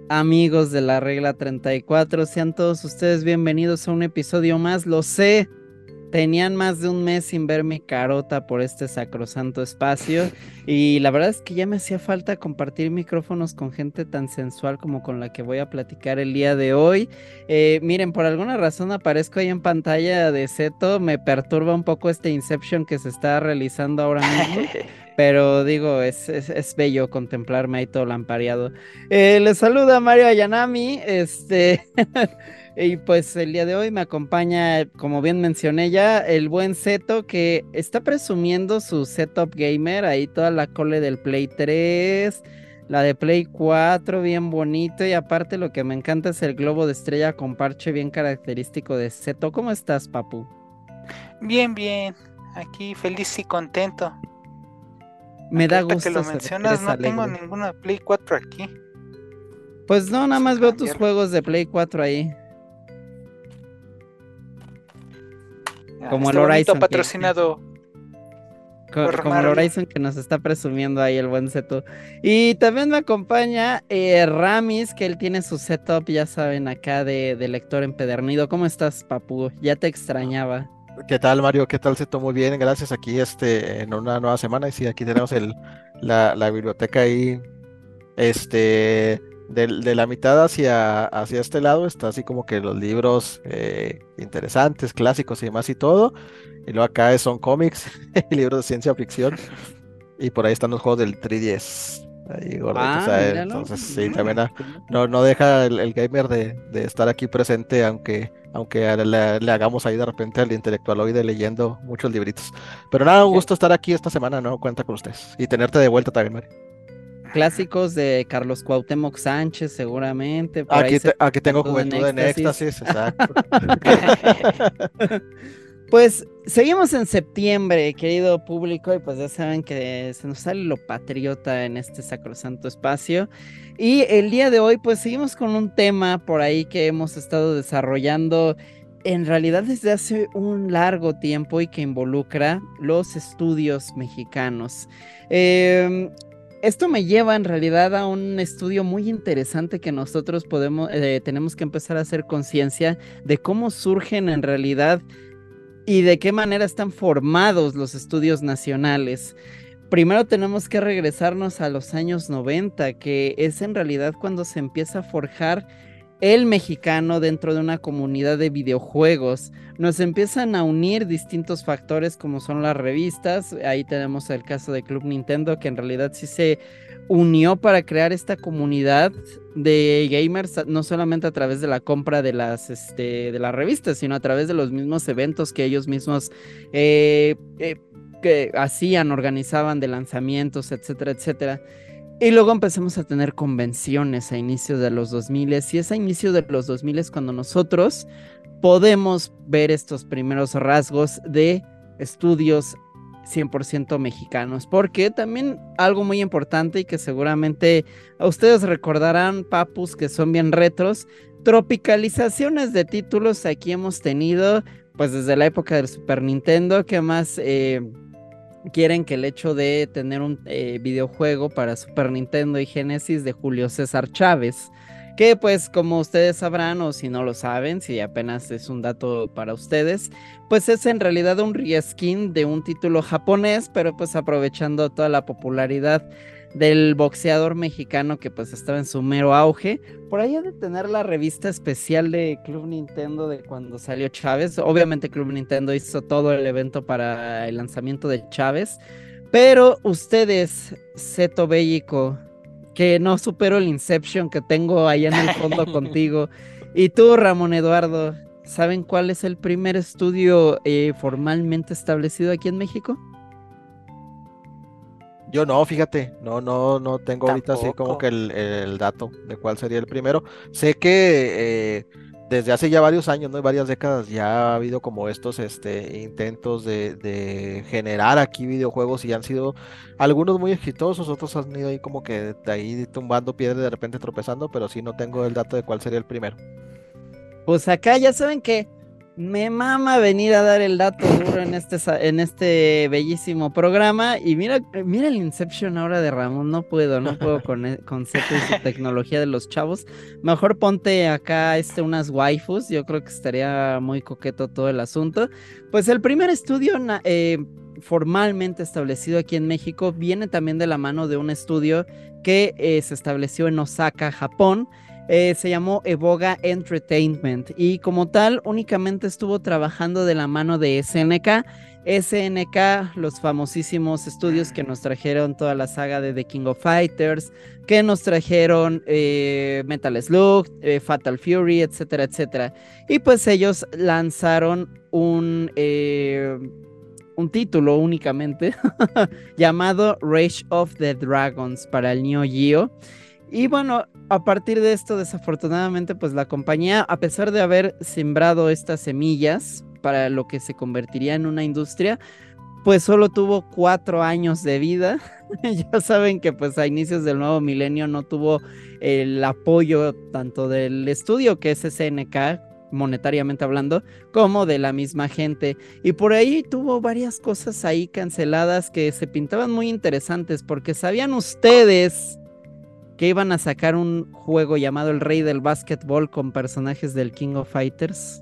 Amigos de la regla 34, sean todos ustedes bienvenidos a un episodio más. Lo sé, tenían más de un mes sin ver mi carota por este sacrosanto espacio y la verdad es que ya me hacía falta compartir micrófonos con gente tan sensual como con la que voy a platicar el día de hoy. Miren, por alguna razón aparezco ahí en pantalla de Seto, me perturba un poco este Inception que se está realizando ahora mismo. Pero digo, es bello contemplarme ahí todo lampareado. Les saluda Mario Ayanami, y pues el día de hoy me acompaña, como bien mencioné ya, el buen Zeto que está presumiendo su setup gamer, ahí toda la cole del Play 3, la de Play 4, bien bonito, y aparte lo que me encanta es el globo de estrella con parche bien característico de Zeto. ¿Cómo estás, papu? Bien, bien. Aquí feliz y contento. Me Aunque da ahorita que gusto lo saber que mencionas, eres no tengo alegre. ninguna Play 4 aquí. Pues no, nada Vamos a más veo tus cambiarlo. juegos de Play 4 ahí. Como el Este bonito Horizon patrocinado por como el Mario. Horizon que nos está presumiendo ahí el buen Zeto. Y también me acompaña Ramis, que él tiene su setup, ya saben, acá de lector empedernido. ¿Cómo estás, papu? Ya te extrañaba. ¿Qué tal, Mario? ¿Qué tal? Se tomó muy bien, gracias. Aquí en una nueva semana y sí, aquí tenemos la biblioteca ahí, de la mitad hacia este lado está así como que los libros interesantes, clásicos y demás y todo. Y luego acá son cómics y libros de ciencia ficción y por ahí están los juegos del 3DS. Ahí gorditos, Ah, míralo. entonces sí, también Qué no deja el gamer de estar aquí presente, aunque le hagamos ahí de repente al intelectualoide leyendo muchos libritos. Pero nada, un qué gusto estar aquí esta semana, ¿no? Cuenta con ustedes y tenerte de vuelta también, Mario. clásicos de Carlos Cuauhtémoc Sánchez, seguramente. Por ahí Aquí tengo Juventud en Juventud en Éxtasis. Éxtasis, exacto. Pues seguimos en septiembre, querido público, y pues ya saben que se nos sale lo patriota en este sacrosanto espacio. Y el día de hoy, pues seguimos con un tema por ahí que hemos estado desarrollando en realidad desde hace un largo tiempo y que involucra los estudios mexicanos. Em, Esto me lleva en realidad a un estudio muy interesante que nosotros tenemos que empezar a hacer conciencia de cómo surgen en realidad y de qué manera están formados los estudios nacionales. Primero tenemos que regresarnos a los años 90, que es en realidad cuando se empieza a forjar el mexicano dentro de una comunidad de videojuegos. Nos empiezan a unir distintos factores como son las revistas. Ahí tenemos el caso de Club Nintendo, que en realidad sí se unió para crear esta comunidad de gamers, no solamente a través de la compra de las revistas, sino a través de los mismos eventos que ellos mismos eh, eh, que hacían, organizaban de lanzamientos, etcétera, etcétera. Y luego empezamos a tener convenciones a inicios de los 2000 y es a inicios de los 2000 cuando nosotros podemos ver estos primeros rasgos de estudios 100% mexicanos, porque también algo muy importante y que seguramente a ustedes recordarán, papus, que son bien retros, tropicalizaciones de títulos aquí hemos tenido, pues desde la época del Super Nintendo, que más quieren que el hecho de tener un videojuego para Super Nintendo y Genesis de Julio César Chávez, que pues como ustedes sabrán o si no lo saben, si apenas es un dato para ustedes, pues es en realidad un reskin de un título japonés, pero pues aprovechando toda la popularidad del boxeador mexicano que pues estaba en su mero auge. Por ahí ha de tener la revista especial de Club Nintendo de cuando salió Chávez. Obviamente Club Nintendo hizo todo el evento para el lanzamiento de Chávez. Pero ustedes, Zeto Bellico, que no supero el Inception que tengo allá en el fondo contigo, y tú, Ramón Eduardo, ¿saben cuál es el primer estudio formalmente establecido aquí en México? Yo no, fíjate, no tengo ahorita así como que Tampoco. el dato de cuál sería el primero. Sé que desde hace ya varios años, ¿no? Y varias décadas ya ha habido como estos intentos de generar aquí videojuegos y han sido algunos muy exitosos, otros han ido ahí como que de ahí tumbando piedras de repente tropezando, pero sí no tengo el dato de cuál sería el primero. Pues acá ya saben que Me mama venir a dar el dato duro en este bellísimo programa. Y mira el Inception ahora de Ramón. No puedo con Zeto y su tecnología de los chavos. Mejor ponte acá unas waifus. Yo creo que estaría muy coqueto todo el asunto. Pues el primer estudio formalmente establecido aquí en México viene también de la mano de un estudio que se estableció en Osaka, Japón. Se llamó Evoga Entertainment y como tal únicamente estuvo trabajando de la mano de SNK. SNK, los famosísimos estudios que nos trajeron toda la saga de The King of Fighters, que nos trajeron Metal Slug, Fatal Fury, etcétera, etcétera. Y pues ellos lanzaron un título únicamente llamado Rage of the Dragons para el Neo Geo. Y bueno, a partir de esto, desafortunadamente, pues la compañía, a pesar de haber sembrado estas semillas para lo que se convertiría en una industria, pues solo tuvo 4 años de vida. Ya saben que pues a inicios del nuevo milenio no tuvo el apoyo tanto del estudio que es SNK, monetariamente hablando, como de la misma gente. Y por ahí tuvo varias cosas ahí canceladas que se pintaban muy interesantes, porque ¿sabían ustedes que iban a sacar un juego llamado El Rey del Básquetbol con personajes del King of Fighters?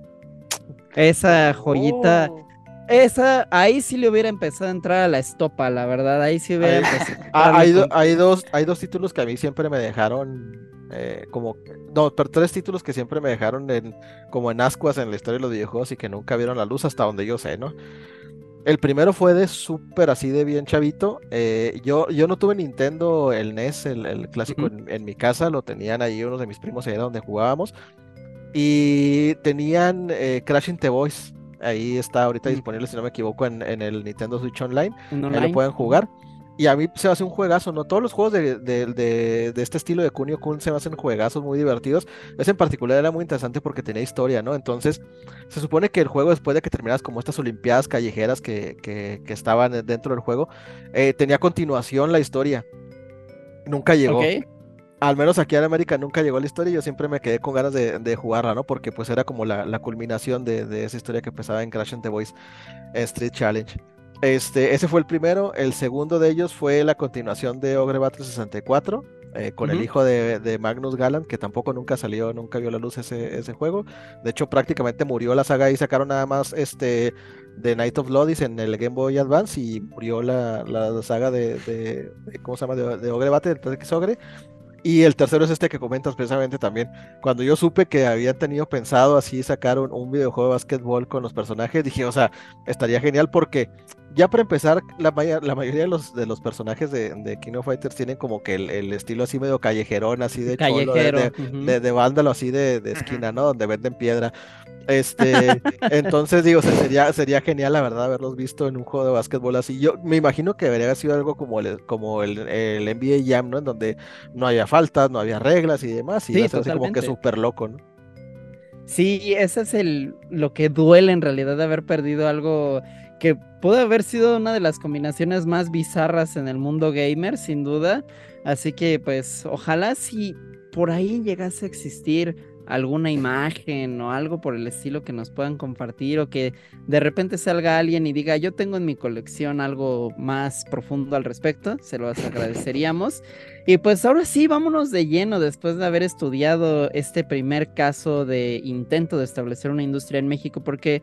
Esa joyita, Oh, ahí sí le hubiera empezado a entrar a la estopa, la verdad, ahí sí hubiera Hay, empezado a entrarle con hay todo. dos títulos que a mí siempre me dejaron no, pero tres títulos que siempre me dejaron como en ascuas en la historia de los videojuegos y que nunca vieron la luz hasta donde yo sé, ¿no? El primero fue de súper así de bien chavito. Yo no tuve Nintendo, el NES, el clásico Ujú. en mi casa, lo tenían ahí unos de mis primos allá donde jugábamos. Y tenían Crashing the Boys. Ahí está ahorita Mm, disponible, si no me equivoco, en el Nintendo Switch Online. en Ahí lo online. pueden Ujú. jugar. Y a mí se me hace un juegazo, ¿no? Todos los juegos de este estilo de Kunio Kun se me hacen juegazos muy divertidos. Ese en particular era muy interesante porque tenía historia, ¿no? Entonces, se supone que el juego, después de que terminas como estas olimpiadas callejeras que estaban dentro del juego, tenía continuación la historia. Nunca llegó. Ok. Al menos aquí en América nunca llegó la historia y yo siempre me quedé con ganas de jugarla, ¿no? Porque pues era como la culminación de esa historia que empezaba en Crash and the Boys Street Challenge. Ese fue el primero. El segundo de ellos fue la continuación de Ogre Battle 64, con el Ujú. hijo de Magnus Gallant, que tampoco nunca salió, nunca vio la luz ese juego. De hecho, prácticamente murió la saga y sacaron nada más de Night of Bloodies en el Game Boy Advance y murió la saga ¿cómo se llama? De Ogre Battle, el 3X Ogre. Y el tercero es este que comentas precisamente también. Cuando yo supe que habían tenido pensado así sacar un videojuego de básquetbol con los personajes, dije, o sea, estaría genial porque ya para empezar, la mayoría de los personajes de King of Fighters tienen como que el estilo así medio callejerón, así de cholo, Callejero. Ujú. de vándalo así de ujú. esquina, ¿no? Donde venden piedra. Entonces digo, sería genial la verdad haberlos visto en un juego de básquetbol así. Yo me imagino que debería haber sido algo como el NBA Jam, ¿no? En donde no había faltas, no había reglas y demás, y iba Sí, a ser así como que totalmente. súper loco, ¿no? Sí, ese es lo que duele en realidad de haber perdido algo que pudo haber sido una de las combinaciones más bizarras en el mundo gamer, sin duda. Así que pues ojalá si por ahí llegase a existir alguna imagen o algo por el estilo que nos puedan compartir o que de repente salga alguien y diga yo tengo en mi colección algo más profundo al respecto, se los agradeceríamos. Y pues ahora sí, vámonos de lleno después de haber estudiado este primer caso de intento de establecer una industria en México, porque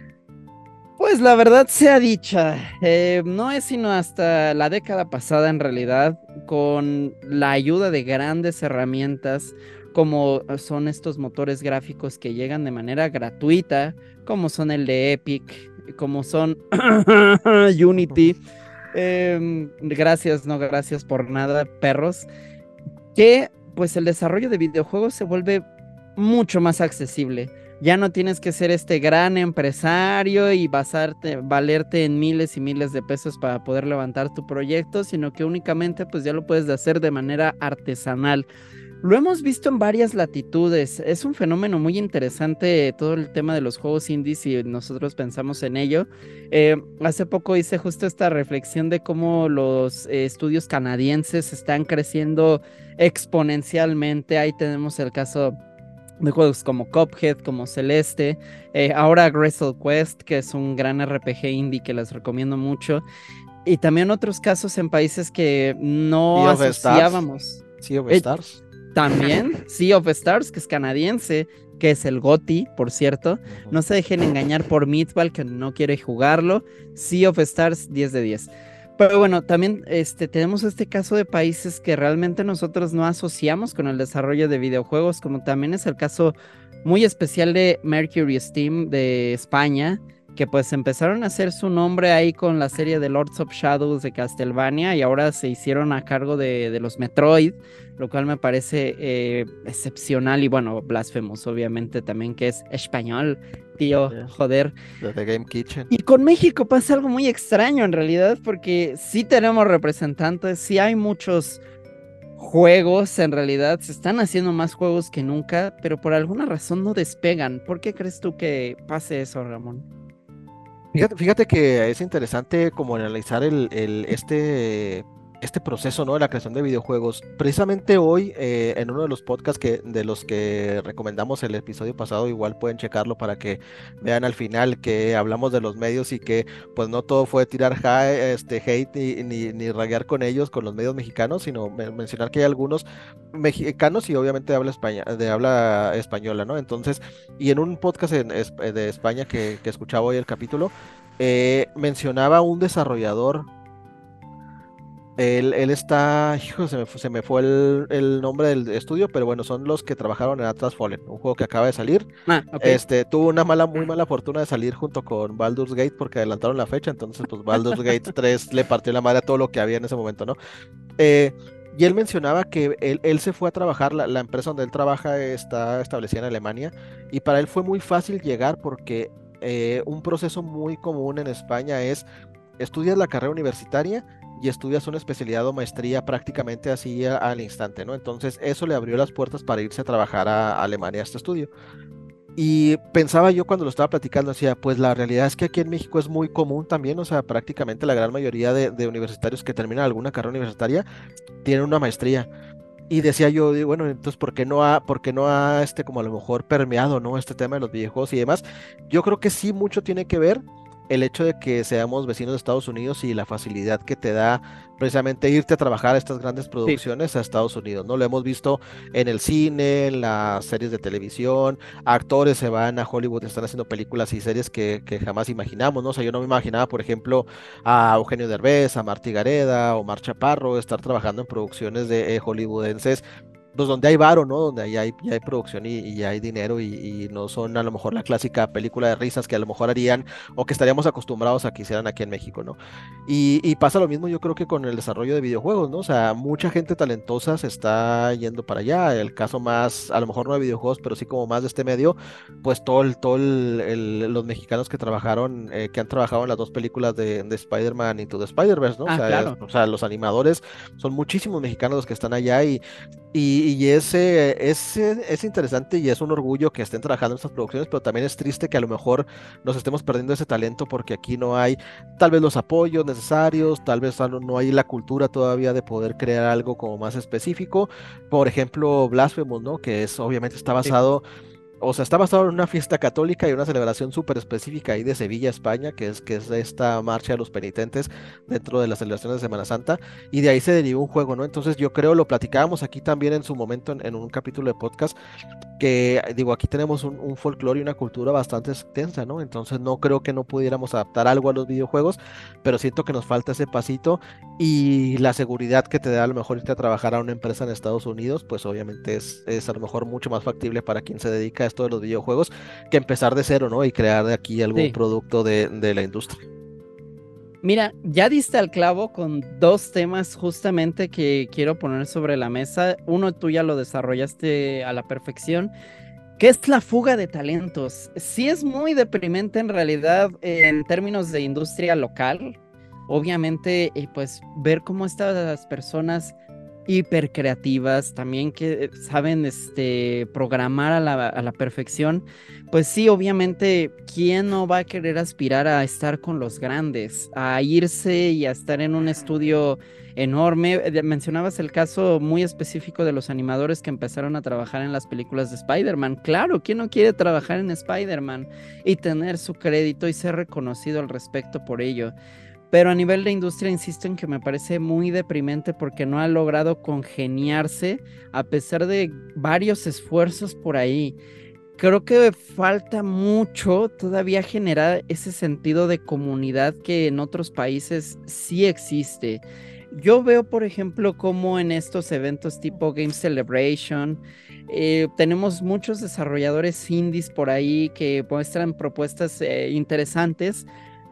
pues la verdad sea dicha, no es sino hasta la década pasada en realidad, con la ayuda de grandes herramientas como son estos motores gráficos que llegan de manera gratuita, como son el de Epic, como son Unity. Gracias, no gracias por nada, perros, que pues el desarrollo de videojuegos se vuelve mucho más accesible. Ya no tienes que ser este gran empresario y valerte en miles y miles de pesos para poder levantar tu proyecto, sino que únicamente pues ya lo puedes hacer de manera artesanal. Lo hemos visto en varias latitudes. Es un fenómeno muy interesante todo el tema de los juegos indies y nosotros pensamos en ello. Hace poco hice justo esta reflexión de cómo los estudios canadienses están creciendo exponencialmente. Ahí tenemos el caso de juegos como Cuphead, como Celeste, ahora Wrestle Quest, que es un gran RPG indie que les recomiendo mucho, y también otros casos en países que no Sea of Stars. asociábamos. Sea of Eh, Stars. También Sea of Stars, que es canadiense, que es el GOTY, por cierto. No se dejen engañar por Meatball, que no quiere jugarlo. Sea of Stars, 10 de 10. Pero bueno, también tenemos este caso de países que realmente nosotros no asociamos con el desarrollo de videojuegos, como también es el caso muy especial de Mercury Steam de España, que pues empezaron a hacer su nombre ahí con la serie de Lords of Shadows de Castlevania y ahora se hicieron a cargo de los Metroid, lo cual me parece excepcional y bueno, Blasphemous obviamente también, que es español, tío, joder. De The Game Kitchen. Y con México pasa algo muy extraño en realidad, porque sí tenemos representantes, sí hay muchos juegos, en realidad se están haciendo más juegos que nunca, pero por alguna razón no despegan. ¿Por qué crees tú que pase eso, Ramón? Fíjate que es interesante como analizar este proceso, ¿no? De la creación de videojuegos. Precisamente hoy, en uno de los podcasts de los que recomendamos el episodio pasado, igual pueden checarlo para que vean al final que hablamos de los medios y que pues no todo fue tirar hate ni raguear con ellos, con los medios mexicanos, sino mencionar que hay algunos mexicanos y obviamente de habla española, ¿no? Entonces, y en un podcast de España que escuchaba hoy el capítulo, mencionaba un desarrollador. Él está, hijo, se me fue el nombre del estudio, pero bueno, son los que trabajaron en Atlas Fallen, un juego que acaba de salir. Ok. Tuvo una muy mala fortuna de salir junto con Baldur's Gate porque adelantaron la fecha, entonces pues Baldur's Gate 3 le partió la madre a todo lo que había en ese momento, ¿no? Y él mencionaba que él se fue a trabajar, la empresa donde él trabaja está establecida en Alemania, y para él fue muy fácil llegar porque un proceso muy común en España es estudias la carrera universitaria y estudias una especialidad o maestría prácticamente así al instante, ¿no? Entonces eso le abrió las puertas para irse a trabajar a Alemania a este estudio. Y pensaba yo cuando lo estaba platicando, decía, pues la realidad es que aquí en México es muy común también, o sea, prácticamente la gran mayoría de universitarios que terminan alguna carrera universitaria tienen una maestría. Y decía yo, bueno, entonces, por qué no ha, como a lo mejor permeado, ¿no? Este tema de los videojuegos y demás? Yo creo que sí mucho tiene que ver el hecho de que seamos vecinos de Estados Unidos y la facilidad que te da precisamente irte a trabajar a estas grandes producciones a Estados Unidos, ¿no? Lo hemos visto en el cine, en las series de televisión, actores se van a Hollywood, están haciendo películas y series que jamás imaginamos, ¿no? O sea, yo no me imaginaba, por ejemplo, a Eugenio Derbez, a Martí Gareda o Mar Chaparro estar trabajando en producciones de hollywoodenses, pues donde hay varo, ¿no? Donde ya hay producción y ya hay dinero y no son a lo mejor la clásica película de risas que a lo mejor harían o que estaríamos acostumbrados a que hicieran aquí en México, ¿no? Y pasa lo mismo yo creo que con el desarrollo de videojuegos, ¿no? O sea, mucha gente talentosa se está yendo para allá. El caso más, a lo mejor no de videojuegos, pero sí como más de este medio, pues los mexicanos que trabajaron, que han trabajado en las dos películas de Spider-Man Into the Spider-Verse, ¿no? O sea, Claro. o sea, los animadores son muchísimos mexicanos los que están allá y es interesante y es un orgullo que estén trabajando en estas producciones, pero también es triste que a lo mejor nos estemos perdiendo ese talento porque aquí no hay tal vez los apoyos necesarios, tal vez no hay la cultura todavía de poder crear algo como más específico. Por ejemplo, Blasphemous, ¿no? Que es obviamente está basado, o sea, está basado en una fiesta católica y una celebración súper específica ahí de Sevilla, España, que es esta marcha de los penitentes dentro de las celebraciones de Semana Santa, y de ahí se derivó un juego, ¿no? Entonces yo creo, lo platicábamos aquí también en su momento en un capítulo de podcast, que digo, aquí tenemos un folclore y una cultura bastante extensa, ¿no? Entonces no creo que no pudiéramos adaptar algo a los videojuegos, pero siento que nos falta ese pasito y la seguridad que te da a lo mejor irte a trabajar a una empresa en Estados Unidos, pues obviamente es a lo mejor mucho más factible para quien se dedica a esto de los videojuegos que empezar de cero, ¿no? Y crear de aquí algún producto de la industria. Mira, ya diste al clavo con dos temas justamente que quiero poner sobre la mesa. Uno, tú ya lo desarrollaste a la perfección, que es la fuga de talentos. Sí es muy deprimente en realidad en términos de industria local. Obviamente, pues ver cómo estas personas hiper creativas, también que saben programar a la perfección, pues sí, obviamente, ¿quién no va a querer aspirar a estar con los grandes, a irse y a estar en un estudio enorme? Mencionabas el caso muy específico de los animadores que empezaron a trabajar en las películas de Spider-Man. Claro, ¿quién no quiere trabajar en Spider-Man y tener su crédito y ser reconocido al respecto por ello? Pero a nivel de industria, insisto en que me parece muy deprimente porque no ha logrado congeniarse a pesar de varios esfuerzos por ahí. Creo que falta mucho todavía generar ese sentido de comunidad que en otros países sí existe. Yo veo, por ejemplo, cómo en estos eventos tipo Game Celebration tenemos muchos desarrolladores indies por ahí que muestran propuestas interesantes,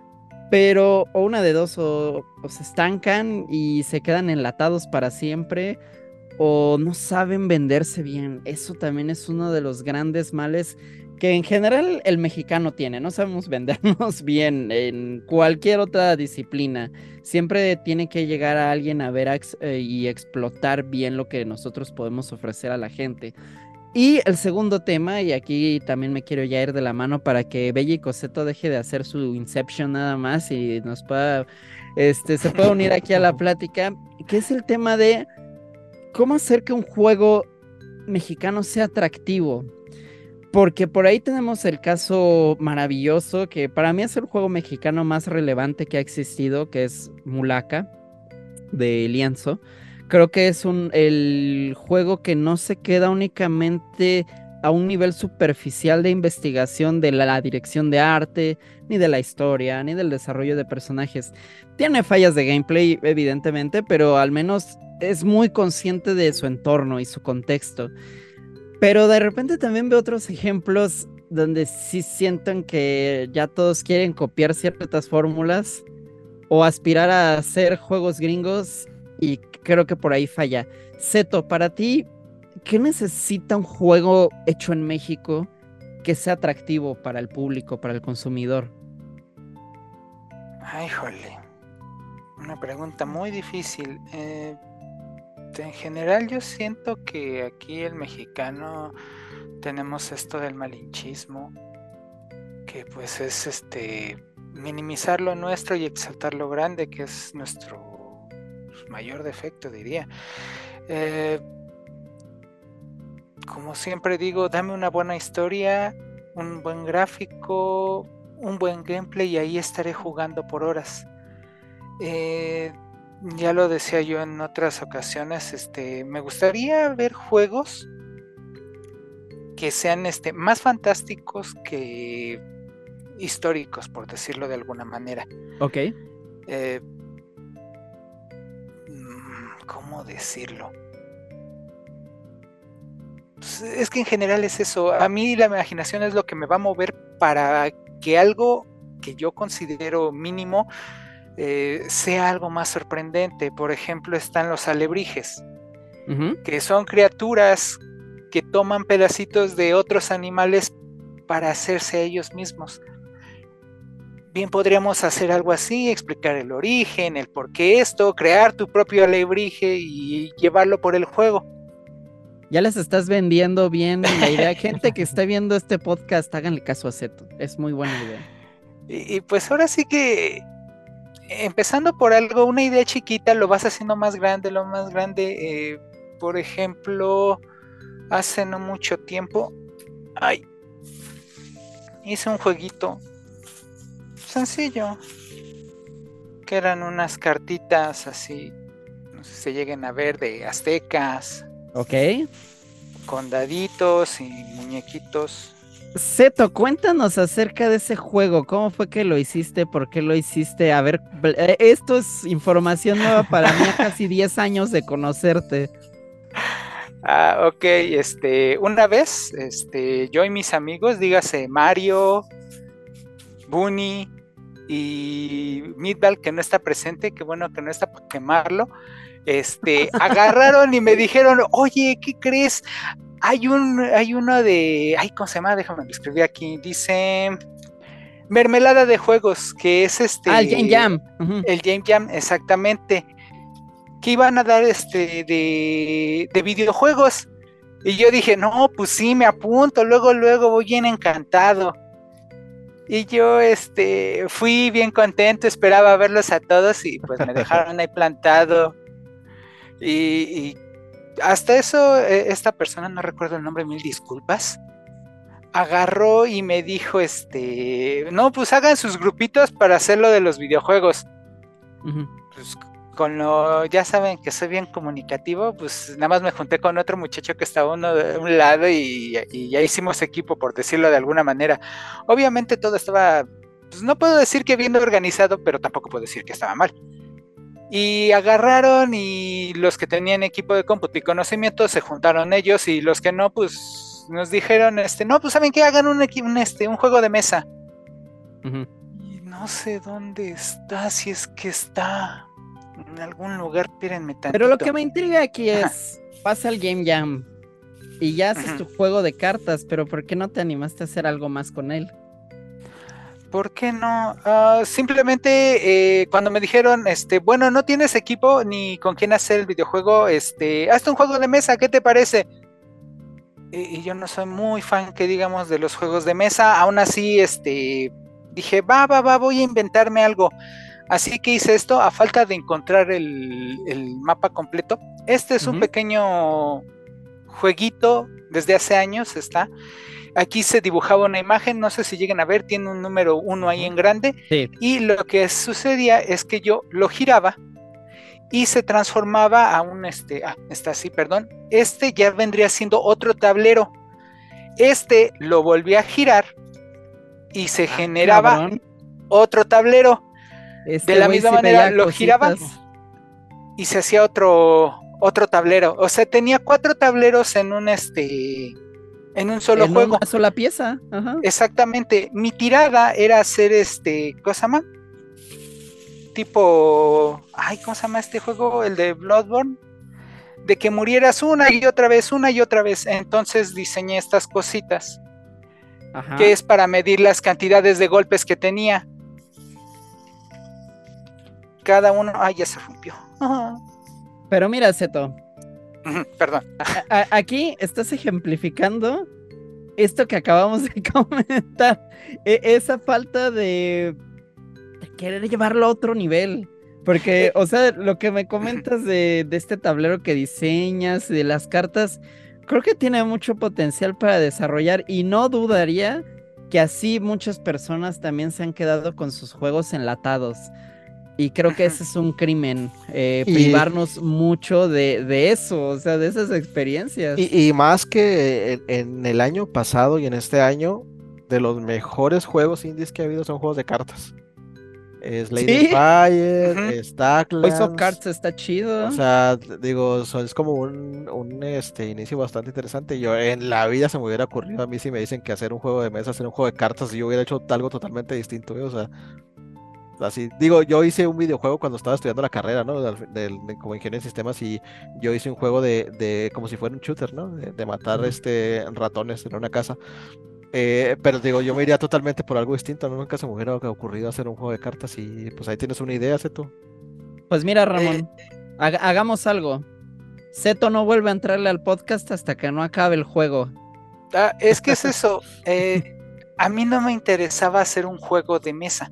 pero o una de dos, o se estancan y se quedan enlatados para siempre, o no saben venderse bien. Eso también es uno de los grandes males que en general el mexicano tiene. No sabemos vendernos bien en cualquier otra disciplina. Siempre tiene que llegar a alguien a ver y explotar bien lo que nosotros podemos ofrecer a la gente. Y el segundo tema, y aquí también me quiero ya ir de la mano para que Bella y Coseto deje de hacer su Inception nada más y nos pueda, se pueda unir aquí a la plática, que es el tema de cómo hacer que un juego mexicano sea atractivo. Porque por ahí tenemos el caso maravilloso, que para mí es el juego mexicano más relevante que ha existido, que es Mulaka, de Lienzo. Creo que es el juego que no se queda únicamente a un nivel superficial de investigación de la dirección de arte, ni de la historia, ni del desarrollo de personajes. Tiene fallas de gameplay, evidentemente, pero al menos es muy consciente de su entorno y su contexto. Pero de repente también veo otros ejemplos donde sí sienten que ya todos quieren copiar ciertas fórmulas o aspirar a hacer juegos gringos, y creo que por ahí falla. Seto, para ti, ¿qué necesita un juego hecho en México que sea atractivo para el público, para el consumidor? Ay, jole, una pregunta muy difícil. En general yo siento que aquí el mexicano tenemos esto del malinchismo, que pues es minimizar lo nuestro y exaltar lo grande, que es nuestro mayor defecto, diría. Como siempre digo, dame una buena historia, un buen gráfico, un buen gameplay y ahí estaré jugando por horas. Ya lo decía yo en otras ocasiones, me gustaría ver juegos que sean más fantásticos que históricos, por decirlo de alguna manera. Ok. ¿Cómo decirlo? Pues es que en general es eso. A mí la imaginación es lo que me va a mover para que algo que yo considero mínimo sea algo más sorprendente. Por ejemplo, están los alebrijes, que son criaturas que toman pedacitos de otros animales para hacerse a ellos mismos. Bien, podríamos hacer algo así, explicar el origen, el por qué esto, crear tu propio alebrije y llevarlo por el juego. Ya les estás vendiendo bien la idea. Gente que está viendo este podcast, háganle caso a Seto. Es muy buena idea. Y pues ahora sí que empezando por algo, una idea chiquita, lo vas haciendo más grande, por ejemplo, hace no mucho tiempo, hice un jueguito sencillo, que eran unas cartitas así, no sé si se lleguen a ver, de aztecas. Ok. Con daditos y muñequitos. Seto, cuéntanos acerca de ese juego. ¿Cómo fue que lo hiciste? ¿Por qué lo hiciste? A ver, esto es información nueva para mí a casi 10 años de conocerte. Ok, una vez, yo y mis amigos, dígase Mario, Bunny y Midval, que no está presente, qué bueno que no está para quemarlo, agarraron y me dijeron, oye, ¿qué crees? Hay uno de, ¿cómo se llama? Déjame lo escribí aquí, dice Mermelada de Juegos, que es el Game Jam. El Game Jam, exactamente. que iban a dar de videojuegos. Y yo dije, no, pues sí, me apunto, luego voy bien encantado. Y yo fui bien contento, esperaba verlos a todos y pues me dejaron ahí plantado. Y hasta eso, esta persona, no recuerdo el nombre, mil disculpas, agarró y me dijo, no, pues hagan sus grupitos para hacer lo de los videojuegos. Ujú. Pues ya saben que soy bien comunicativo, pues nada más me junté con otro muchacho que estaba uno de un lado y ya hicimos equipo, por decirlo de alguna manera. Obviamente todo estaba, pues no puedo decir que bien organizado, pero tampoco puedo decir que estaba mal. Y agarraron y los que tenían equipo de cómputo y conocimiento se juntaron ellos y los que no, pues nos dijeron, no, pues saben que hagan un juego de mesa. Ujú. Y no sé dónde está, si es que está en algún lugar, espérenme tantito. Pero lo que me intriga aquí es, pasa el Game Jam y ya haces tu juego de cartas, pero ¿por qué no te animaste a hacer algo más con él? ¿Por qué no? Simplemente cuando me dijeron, bueno, no tienes equipo ni con quién hacer el videojuego, hazte un juego de mesa, ¿qué te parece? Y yo no soy muy fan, que digamos, de los juegos de mesa. Aún así, dije, va, voy a inventarme algo. Así que hice esto, a falta de encontrar el mapa completo. Este es un pequeño jueguito, desde hace años está. Aquí se dibujaba una imagen, no sé si lleguen a ver, tiene un número 1 ahí en grande. Sí. Y lo que sucedía es que yo lo giraba y se transformaba a un, está así, perdón. Ya vendría siendo otro tablero. Lo volví a girar y se generaba cabrón. otro tablero. De la misma manera lo giraba y se hacía otro tablero. O sea, tenía 4 tableros en un solo juego. En una sola pieza. Ajá. Exactamente. Mi tirada era hacer ¿cómo se llama? Tipo, ¿cómo se llama este juego? El de Bloodborne. De que murieras una y otra vez. Entonces diseñé estas cositas. Ajá. Que es para medir las cantidades de golpes que tenía. Cada uno, ya se rompió. Pero mira, Zeto. Perdón. Aquí estás ejemplificando esto que acabamos de comentar. Esa falta de querer llevarlo a otro nivel. Porque, o sea, lo que me comentas de este tablero que diseñas, de las cartas, creo que tiene mucho potencial para desarrollar y no dudaría que así muchas personas también se han quedado con sus juegos enlatados. Y creo que ese es un crimen, privarnos mucho de eso, o sea, de esas experiencias. Y más que en el año pasado y en este año, de los mejores juegos indies que ha habido son juegos de cartas. Slay the Spire, Stacklands. Voice of Cards está chido. O sea, digo, es como un inicio bastante interesante. Yo en la vida se me hubiera ocurrido a mí si me dicen que hacer un juego de mesa, hacer un juego de cartas, y yo hubiera hecho algo totalmente distinto, o sea. Así, digo, yo hice un videojuego cuando estaba estudiando la carrera, ¿no? Como ingeniero en sistemas, y yo hice un juego de como si fuera un shooter, ¿no? De matar ratones en una casa. Pero digo, yo me iría totalmente por algo distinto, ¿no? Nunca se me hubiera ocurrido hacer un juego de cartas y pues ahí tienes una idea, Zeto. Pues mira, Ramón, hagamos algo. Zeto no vuelve a entrarle al podcast hasta que no acabe el juego. Es que es eso. A mí no me interesaba hacer un juego de mesa.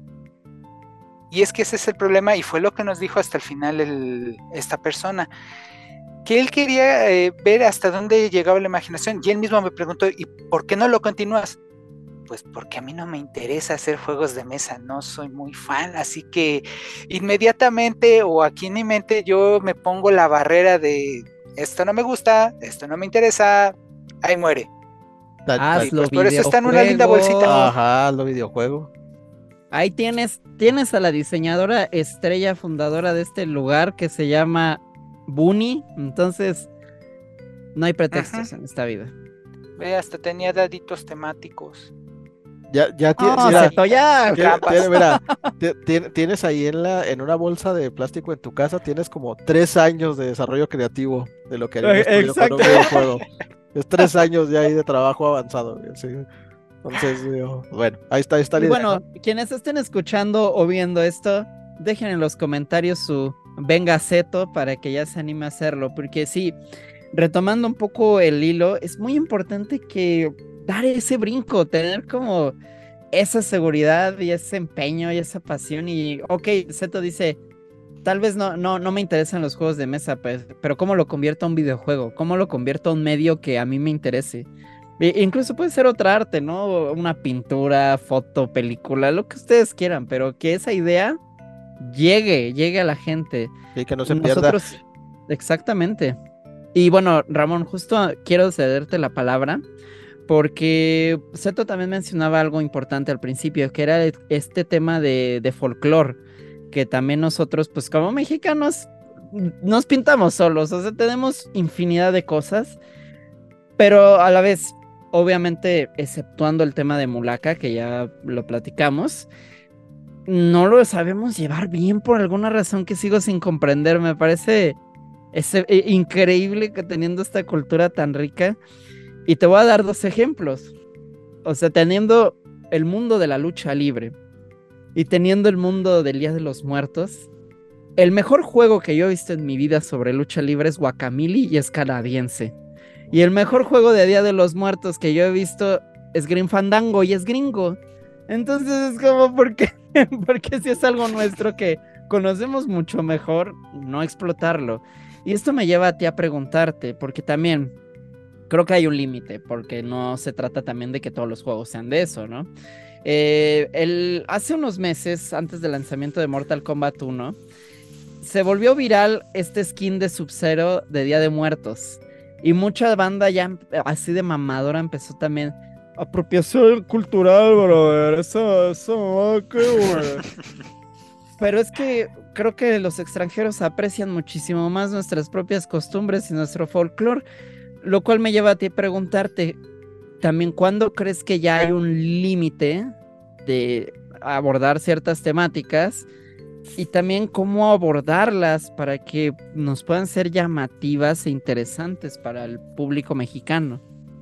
Y es que ese es el problema, y fue lo que nos dijo hasta el final esta persona, que él quería ver hasta dónde llegaba la imaginación, y él mismo me preguntó, ¿y por qué no lo continúas? Pues porque a mí no me interesa hacer juegos de mesa, no soy muy fan, así que inmediatamente, o aquí en mi mente, yo me pongo la barrera de esto no me gusta, esto no me interesa, ahí muere. Hazlo, pues por eso está en una linda bolsita. Ajá, hazlo videojuego. Ahí tienes a la diseñadora estrella fundadora de este lugar que se llama Bunny. Entonces, no hay pretextos en esta vida. Ve, hasta tenía daditos temáticos. Tienes ahí en una bolsa de plástico en tu casa, tienes como 3 años de desarrollo creativo de lo que haríamos con un videojuego. Es 3 años ya ahí de trabajo avanzado. ¿Sí? Entonces, bueno, ahí está la idea. Bueno, quienes estén escuchando o viendo esto, dejen en los comentarios su venga Zeto para que ya se anime a hacerlo, porque sí, retomando un poco el hilo, es muy importante que dar ese brinco, tener como esa seguridad y ese empeño y esa pasión y, ok, Zeto dice, tal vez no me interesan los juegos de mesa, pues, pero ¿cómo lo convierto a un videojuego? ¿Cómo lo convierto a un medio que a mí me interese? Incluso puede ser otra arte, ¿no? Una pintura, foto, película, lo que ustedes quieran, pero que esa idea llegue a la gente. Y que no se pierda. Nosotros, exactamente. Y bueno, Ramón, justo quiero cederte la palabra porque Seto también mencionaba algo importante al principio, que era este tema de folclore, que también nosotros, pues como mexicanos, nos pintamos solos, o sea, tenemos infinidad de cosas, pero a la vez, obviamente, exceptuando el tema de Mulaca, que ya lo platicamos, no lo sabemos llevar bien por alguna razón que sigo sin comprender. Me parece increíble que teniendo esta cultura tan rica. Y te voy a dar dos ejemplos. O sea, teniendo el mundo de la lucha libre y teniendo el mundo del Día de los Muertos, el mejor juego que yo he visto en mi vida sobre lucha libre es Guacamole y es canadiense. Y el mejor juego de Día de los Muertos que yo he visto es Grim Fandango y es gringo. Entonces es como, ¿por qué? Porque si es algo nuestro que conocemos mucho mejor, no explotarlo. Y esto me lleva a ti a preguntarte, porque también creo que hay un límite, porque no se trata también de que todos los juegos sean de eso, ¿no? Hace unos meses, antes del lanzamiento de Mortal Kombat 1, se volvió viral este skin de Sub-Zero de Día de Muertos. Y mucha banda ya así de mamadora empezó también. Apropiación cultural, brother. Eso, qué bueno. Pero es que creo que los extranjeros aprecian muchísimo más nuestras propias costumbres y nuestro folclore. Lo cual me lleva a ti a preguntarte también, ¿cuándo crees que ya hay un límite de abordar ciertas temáticas? Y también cómo abordarlas para que nos puedan ser llamativas e interesantes para el público mexicano.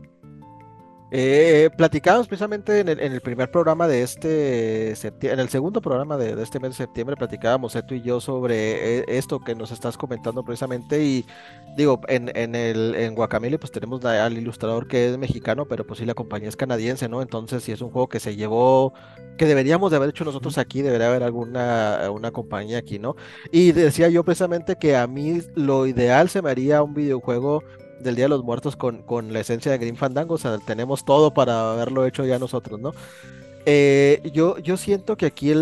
Platicamos precisamente en el primer programa de este septiembre, en el segundo programa de este mes de septiembre, platicábamos Eto y yo sobre esto que nos estás comentando precisamente. Y digo, en Guacamole pues tenemos al ilustrador que es mexicano, pero pues sí la compañía es canadiense, ¿no? Entonces si es un juego que se llevó, que deberíamos de haber hecho nosotros aquí, debería haber alguna una compañía aquí, ¿no? Y decía yo precisamente que a mí lo ideal se me haría un videojuego del Día de los Muertos con la esencia de Grim Fandango. O sea, tenemos todo para haberlo hecho ya nosotros, ¿no? Yo siento que aquí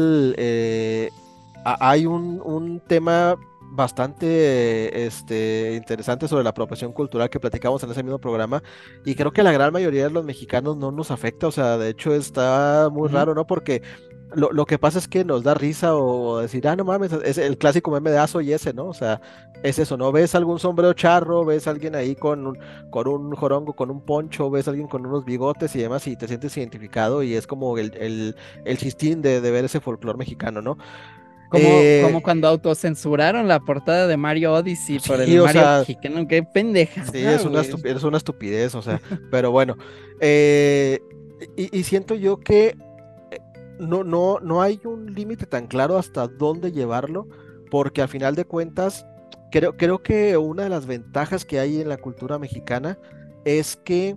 hay un tema bastante interesante sobre la apropiación cultural que platicamos en ese mismo programa, y creo que a la gran mayoría de los mexicanos no nos afecta. O sea, de hecho está muy raro, ¿no? Porque lo que pasa es que nos da risa o decir, no mames, es el clásico meme de soy ese, ¿no? O sea, es eso, ¿no? Ves algún sombrero charro, ves a alguien ahí con un jorongo, con un poncho, ves a alguien con unos bigotes y demás, y te sientes identificado, y es como el chistín de ver ese folclore mexicano, ¿no? Como cuando autocensuraron la portada de Mario Odyssey por Sí, el o Mario sea, mexicano, qué pendeja. sí, es una estupidez, o sea, pero bueno, y siento yo que no hay un límite tan claro hasta dónde llevarlo, porque al final de cuentas, creo que una de las ventajas que hay en la cultura mexicana es que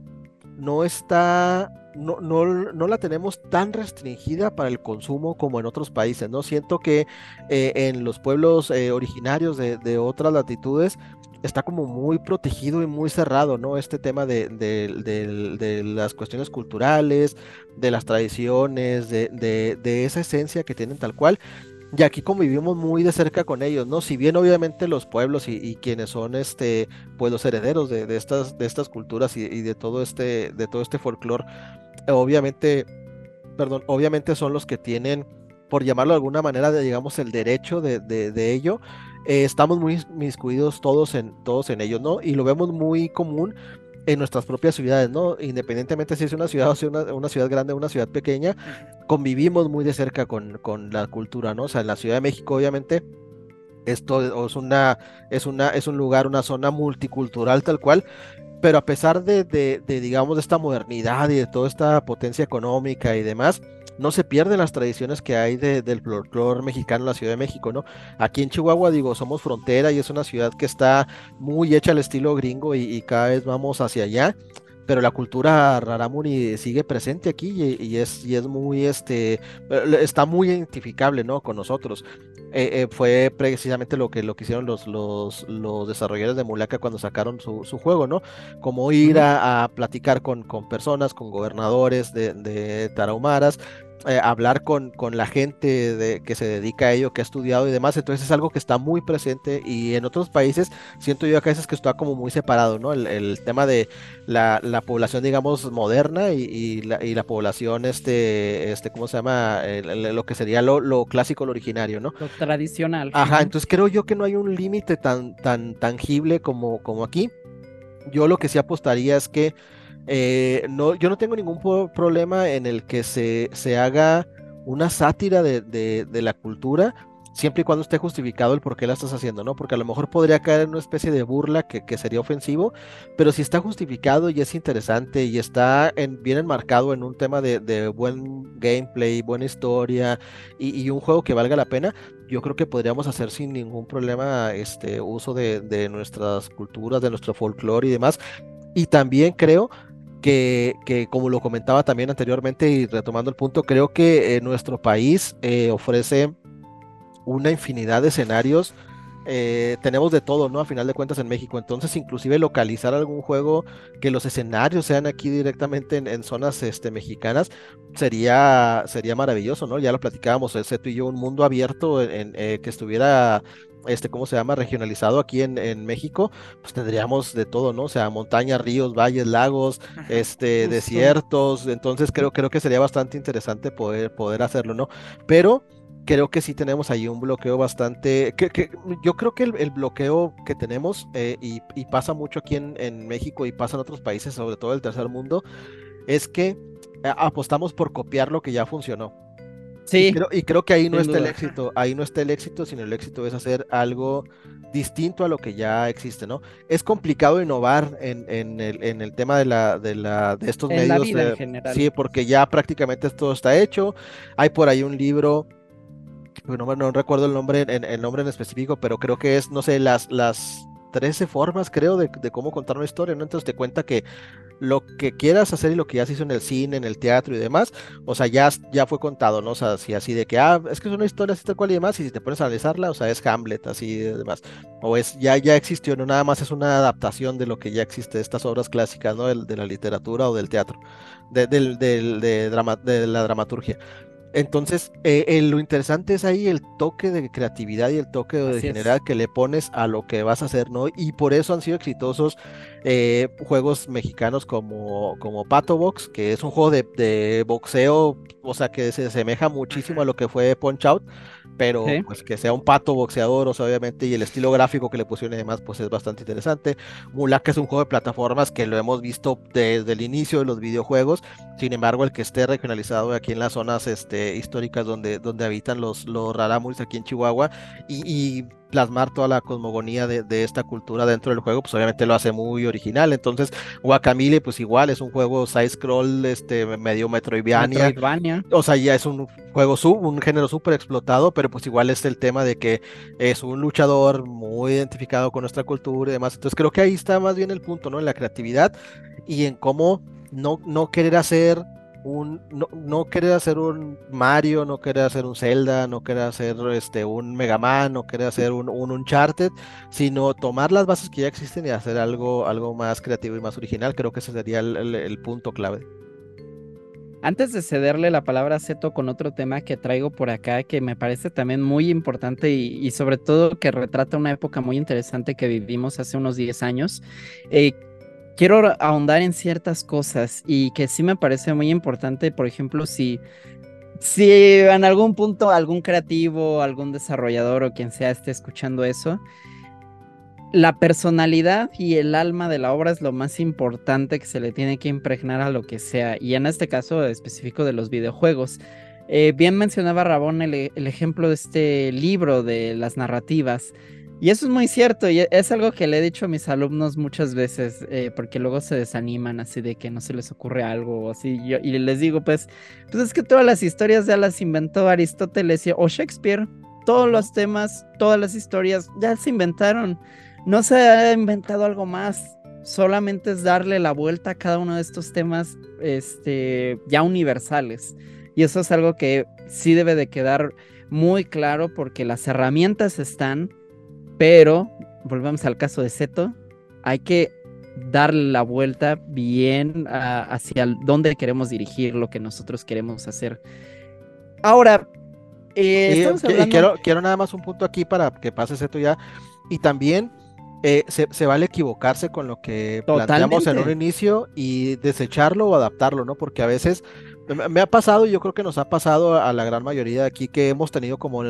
no la tenemos tan restringida para el consumo como en otros países, ¿no? Siento que en los pueblos originarios de otras latitudes está como muy protegido y muy cerrado, ¿no? Este tema de las cuestiones culturales, de las tradiciones, de esa esencia que tienen tal cual. Y aquí convivimos muy de cerca con ellos, ¿no? Si bien obviamente los pueblos y quienes son pues los herederos de estas culturas y de todo este folclore, obviamente, perdón, obviamente son los que tienen, por llamarlo de alguna manera, digamos, el derecho de ello. Estamos muy miscuidos todos en ellos, ¿no? Y lo vemos muy común en nuestras propias ciudades, ¿no? Independientemente si es una ciudad o si una ciudad grande o una ciudad pequeña, convivimos muy de cerca con la cultura, ¿no? O sea, en la Ciudad de México, obviamente, esto es un lugar, una zona multicultural tal cual, pero a pesar digamos, de esta modernidad y de toda esta potencia económica y demás, no se pierden las tradiciones que hay del folclore mexicano en la Ciudad de México, ¿no? Aquí en Chihuahua, digo, somos frontera y es una ciudad que está muy hecha al estilo gringo y cada vez vamos hacia allá, pero la cultura rarámuri sigue presente aquí y es muy, está muy identificable, ¿no? Con nosotros. Fue precisamente lo que hicieron los desarrolladores de Mulaka cuando sacaron su juego, ¿no? Como ir Ujú. a platicar con personas, con gobernadores de tarahumaras, hablar con la gente que se dedica a ello, que ha estudiado y demás. Entonces es algo que está muy presente y en otros países siento yo que a veces que está como muy separado, ¿no? El tema de la población, digamos, moderna y la población, ¿cómo se llama? Lo que sería lo clásico, lo originario, ¿no? Lo tradicional. Ajá, Ujú. entonces creo yo que no hay un límite tan tangible como aquí. Yo lo que sí apostaría es que no, yo no tengo ningún problema en el que se haga una sátira de la cultura, siempre y cuando esté justificado el por qué la estás haciendo, ¿no? Porque a lo mejor podría caer en una especie de burla que sería ofensivo, pero si está justificado y es interesante y está bien enmarcado en un tema de buen gameplay, buena historia y un juego que valga la pena, yo creo que podríamos hacer sin ningún problema uso de nuestras culturas, de nuestro folclore y demás. Y también creo que como lo comentaba también anteriormente y retomando el punto, creo que nuestro país ofrece una infinidad de escenarios. Tenemos de todo, ¿no? A final de cuentas en México. Entonces, inclusive localizar algún juego que los escenarios sean aquí directamente en zonas mexicanas sería maravilloso, ¿no? Ya lo platicábamos, ese tú y yo, un mundo abierto que estuviera, ¿cómo se llama? Regionalizado aquí en México, pues tendríamos de todo, ¿no? O sea, montañas, ríos, valles, lagos, Justo. desiertos. Entonces, creo que sería bastante interesante poder hacerlo, ¿no? Pero creo que sí tenemos ahí un bloqueo bastante, yo creo que el bloqueo que tenemos y pasa mucho aquí en México y pasa en otros países, sobre todo el tercer mundo, es que apostamos por copiar lo que ya funcionó. Y Sí, creo que ahí no sin está el duda. éxito, ahí no está el éxito, sino el éxito es hacer algo distinto a lo que ya existe, ¿no? Es complicado innovar en el tema de estos En la medios, vida en general. sí, porque ya prácticamente todo está hecho. Hay por ahí un libro no recuerdo el nombre en específico, pero creo que es, no sé, las 13 formas, creo, de cómo contar una historia, ¿no? Entonces te cuenta que lo que quieras hacer y lo que ya se hizo en el cine, en el teatro y demás, o sea, ya fue contado, ¿no? O sea, si así de que, es que es una historia así tal cual y demás, y si te pones a analizarla, o sea, es Hamlet, así y demás, o ya existió, no nada más es una adaptación de lo que ya existe, de estas obras clásicas, ¿no? De la literatura o del teatro, de la dramaturgia. Entonces, lo interesante es ahí el toque de creatividad y el toque de Así es. general que le pones a lo que vas a hacer, ¿no? Y por eso han sido exitosos juegos mexicanos como Pato Box, que es un juego de boxeo, o sea, que se asemeja muchísimo a Ujú. lo que fue Punch Out, pero Sí. pues que sea un pato boxeador, o sea, obviamente, y el estilo gráfico que le pusieron y demás, pues es bastante interesante. Mulaka es un juego de plataformas que lo hemos visto desde el inicio de los videojuegos. Sin embargo, el que esté regionalizado aquí en las zonas históricas donde habitan los rarámuris aquí en Chihuahua y plasmar toda la cosmogonía de esta cultura dentro del juego, pues obviamente lo hace muy original. Entonces, Guacamelee, pues igual es un juego side-scroll, medio Metroidvania. Metroidvania. O sea, ya es un juego un género súper explotado, pero pues igual es el tema de que es un luchador muy identificado con nuestra cultura y demás. Entonces creo que ahí está más bien el punto, ¿no? En la creatividad y en cómo no querer hacer no querer hacer un Mario, no querer hacer un Zelda, no querer hacer un Mega Man, no querer hacer un Uncharted, sino tomar las bases que ya existen y hacer algo más creativo y más original. Creo que ese sería el punto clave. Antes de cederle la palabra a Seto con otro tema que traigo por acá, que me parece también muy importante y sobre todo que retrata una época muy interesante que vivimos hace unos 10 años, eh, quiero ahondar en ciertas cosas y que sí me parece muy importante, por ejemplo, si en algún punto algún creativo, algún desarrollador o quien sea esté escuchando eso, la personalidad y el alma de la obra es lo más importante que se le tiene que impregnar a lo que sea, y en este caso específico de los videojuegos. Bien mencionaba Rabón el ejemplo de este libro de las narrativas. Y eso es muy cierto, y es algo que le he dicho a mis alumnos muchas veces, porque luego se desaniman así de que no se les ocurre algo o así, y les digo, pues es que todas las historias ya las inventó Aristóteles o Shakespeare, todos los temas, todas las historias ya se inventaron, no se ha inventado algo más, solamente es darle la vuelta a cada uno de estos temas, ya universales, y eso es algo que sí debe de quedar muy claro porque las herramientas están. Pero, volvemos al caso de Seto, hay que darle la vuelta bien hacia dónde queremos dirigir lo que nosotros queremos hacer. Ahora, estamos Y hablando... quiero nada más un punto aquí para que pases esto ya. Y también se vale equivocarse con lo que planteamos en un Totalmente. inicio y desecharlo o adaptarlo, ¿no? Porque a veces me ha pasado, y yo creo que nos ha pasado a la gran mayoría de aquí, que hemos tenido como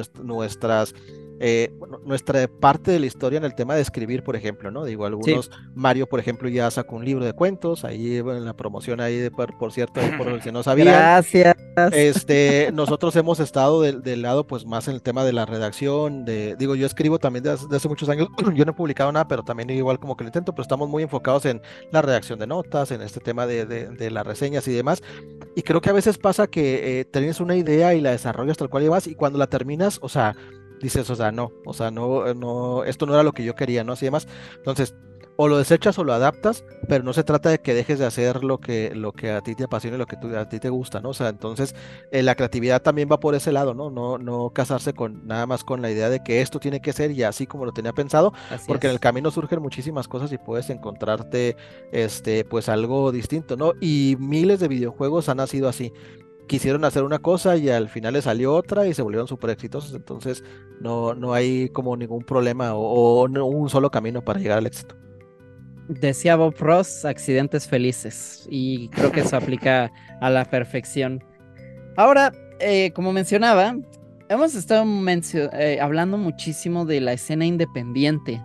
nuestra parte de la historia en el tema de escribir, por ejemplo, ¿no? Digo, Sí, algunos, Mario, por ejemplo, ya sacó un libro de cuentos, ahí bueno, en la promoción ahí, por cierto, ahí por si no sabían. gracias. Nosotros hemos estado del lado, pues, más en el tema de la redacción, digo, yo escribo también de hace muchos años, yo no he publicado nada, pero también igual como que lo intento, pero estamos muy enfocados en la redacción de notas, en este tema de las reseñas y demás, y creo que a veces pasa que tienes una idea y la desarrollas tal cual llevas, y cuando la terminas, o sea, dices, o sea, no, no, esto no era lo que yo quería, ¿no? Así demás, entonces, o lo desechas o lo adaptas, pero no se trata de que dejes de hacer lo que a ti te apasiona y lo que a ti te gusta, ¿no? O sea, entonces la creatividad también va por ese lado, ¿no? No casarse con nada más con la idea de que esto tiene que ser y así como lo tenía pensado, Así porque en el es. camino surgen muchísimas cosas y puedes encontrarte, pues algo distinto, ¿no? Y miles de videojuegos han nacido así. Quisieron hacer una cosa y al final les salió otra y se volvieron súper exitosos, entonces no hay como ningún problema o no un solo camino para llegar al éxito. Decía Bob Ross, accidentes felices, y creo que eso aplica a la perfección. Ahora, como mencionaba, hemos estado hablando muchísimo de la escena independiente.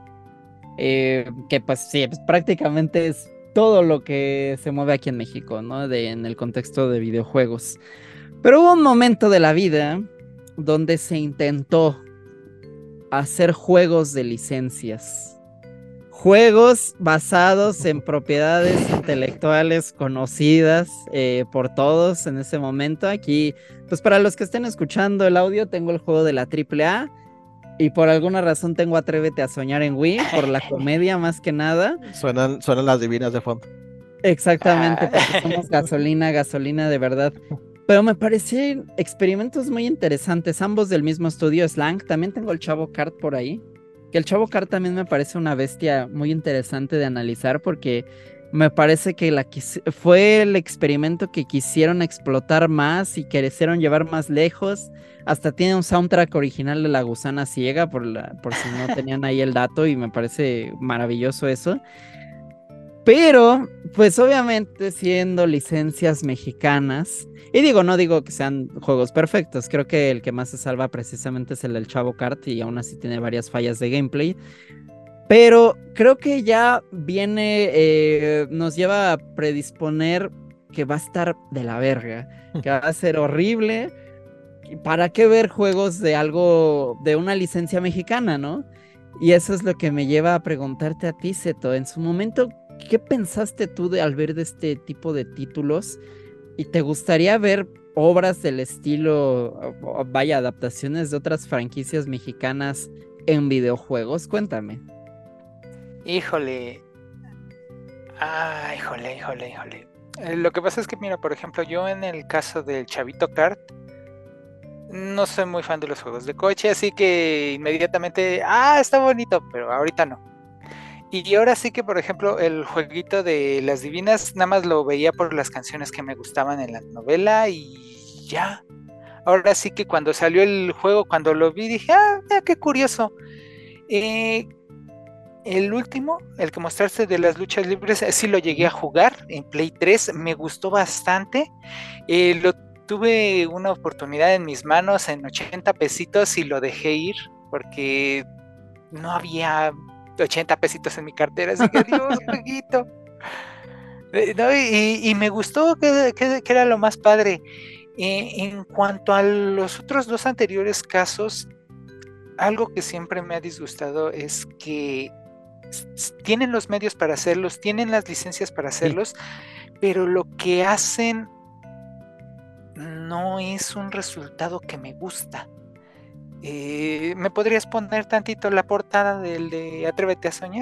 Que pues sí, pues, prácticamente es todo lo que se mueve aquí en México, ¿no? En el contexto de videojuegos. Pero hubo un momento de la vida donde se intentó hacer juegos de licencias. Juegos basados en propiedades intelectuales conocidas por todos en ese momento. Aquí, pues para los que estén escuchando el audio, tengo el juego de la AAA. Y por alguna razón tengo Atrévete a Soñar en Wii, por la comedia más que nada. Suenan las divinas de fondo. Exactamente, Ah, porque somos gasolina, gasolina de verdad. Pero me parecen experimentos muy interesantes, ambos del mismo estudio, Slang. También tengo el Chavo Kart por ahí. Que el Chavo Kart también me parece una bestia muy interesante de analizar porque me parece que fue el experimento que quisieron explotar más y quisieron llevar más lejos. Hasta tiene un soundtrack original de La Gusana Ciega, por si no tenían ahí el dato, y me parece maravilloso eso. Pero, pues obviamente siendo licencias mexicanas, y no digo que sean juegos perfectos, creo que el que más se salva precisamente es el del Chavo Kart y aún así tiene varias fallas de gameplay, pero creo que ya nos lleva a predisponer que va a estar de la verga, que va a ser horrible. ¿Para qué ver juegos de una licencia mexicana, no? Y eso es lo que me lleva a preguntarte a ti, Seto. En su momento, ¿qué pensaste tú al ver de este tipo de títulos? ¿Y te gustaría ver obras del estilo, vaya, adaptaciones de otras franquicias mexicanas en videojuegos? Cuéntame. híjole, híjole. Lo que pasa es que, mira, por ejemplo, yo en el caso del Chavito Kart, no soy muy fan de los juegos de coche, así que inmediatamente, está bonito, pero ahorita no. Y ahora sí que, por ejemplo, el jueguito de las divinas, nada más lo veía por las canciones que me gustaban en la novela y ya. Ahora sí que cuando salió el juego, cuando lo vi, dije, mira qué curioso. El último, el que mostraste de las luchas libres, sí lo llegué a jugar en Play 3, me gustó bastante. Lo tuve una oportunidad en mis manos en 80 pesitos y lo dejé ir porque no había 80 pesitos en mi cartera, así que Dios, jueguito. No, y me gustó que era lo más padre. En cuanto a los otros dos anteriores casos, algo que siempre me ha disgustado es que tienen los medios para hacerlos, tienen las licencias para hacerlos, pero lo que hacen no es un resultado que me gusta. ¿Me podrías poner tantito la portada del de Atrévete a Soñar?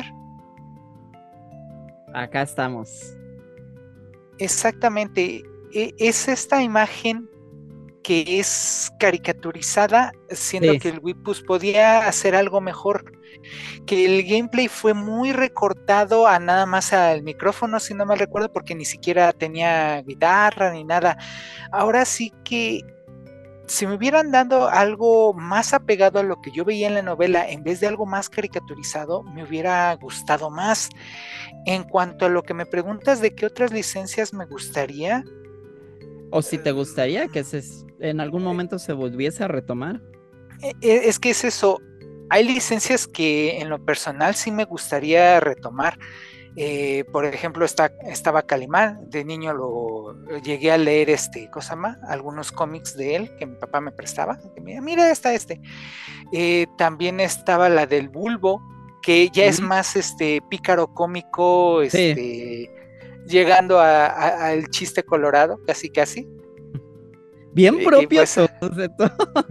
Acá estamos. Exactamente, es esta imagen que es caricaturizada, siendo Sí. que el Wii pues, podía hacer algo mejor, que el gameplay fue muy recortado a nada más al micrófono, si no mal recuerdo, porque ni siquiera tenía guitarra ni nada. Ahora sí que si me hubieran dado algo más apegado a lo que yo veía en la novela, en vez de algo más caricaturizado, me hubiera gustado más. En cuanto a lo que me preguntas de qué otras licencias me gustaría, O si te gustaría que en algún momento se volviese a retomar. es que es eso. Hay licencias que en lo personal sí me gustaría retomar. Por ejemplo, estaba Calimán, de niño lo llegué a leer ¿cosa más? Algunos cómics de él que mi papá me prestaba. Mira, está este. También estaba la del Bulbo, que ya es más pícaro cómico, Sí. llegando al chiste colorado, casi casi. Bien propio Pues, todos de todo.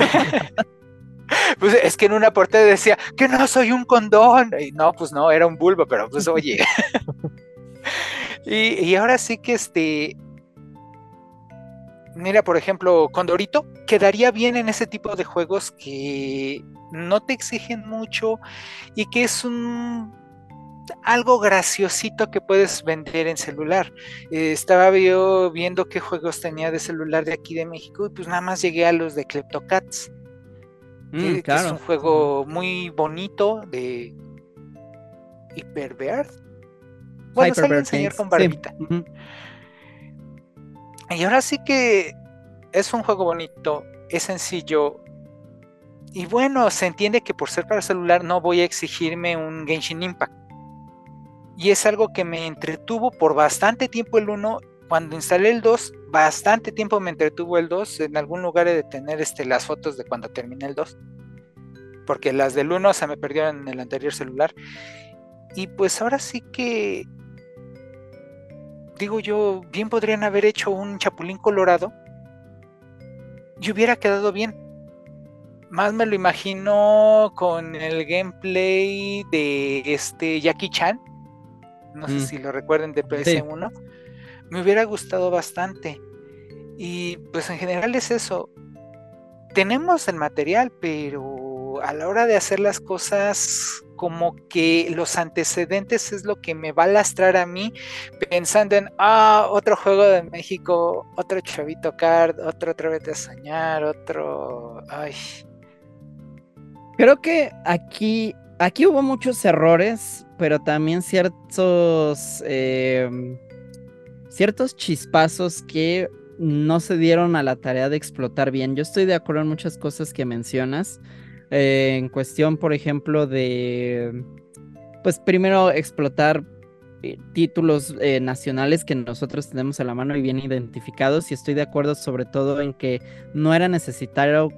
pues es que en una portada decía que no soy un condón, y no, pues no, era un bulbo, pero pues oye. y ahora sí que mira, por ejemplo, Condorito quedaría bien en ese tipo de juegos que no te exigen mucho y que es algo graciosito que puedes vender en celular. Estaba yo viendo qué juegos tenía de celular de aquí de México y pues nada más llegué a los de Kleptocats, que es un juego muy bonito de Hyperbird. Bueno, sale un señor con barbita. Sí. Y ahora sí que es un juego bonito, es sencillo. Y bueno, se entiende que por ser para celular no voy a exigirme un Genshin Impact. Y es algo que me entretuvo por bastante tiempo el 1. Cuando instalé el 2, bastante tiempo me entretuvo el 2. En algún lugar he de tener las fotos de cuando terminé el 2. Porque las del 1 se me perdieron en el anterior celular. Y pues ahora sí que, digo yo, bien podrían haber hecho un Chapulín Colorado y hubiera quedado bien. Más me lo imagino con el gameplay de Jackie Chan. No sé si lo recuerden de PS1. Sí. Me hubiera gustado bastante. Y pues en general es eso. Tenemos el material, pero a la hora de hacer las cosas, como que los antecedentes es lo que me va a lastrar a mí, pensando en otro juego de México, otro Chavito Card, otro Atrévete a Soñar, otro. Ay. Creo que aquí hubo muchos errores, pero también ciertos chispazos que no se dieron a la tarea de explotar bien. Yo estoy de acuerdo en muchas cosas que mencionas. En cuestión, por ejemplo, de, pues primero explotar títulos nacionales que nosotros tenemos a la mano y bien identificados, y estoy de acuerdo sobre todo en que no era necesario,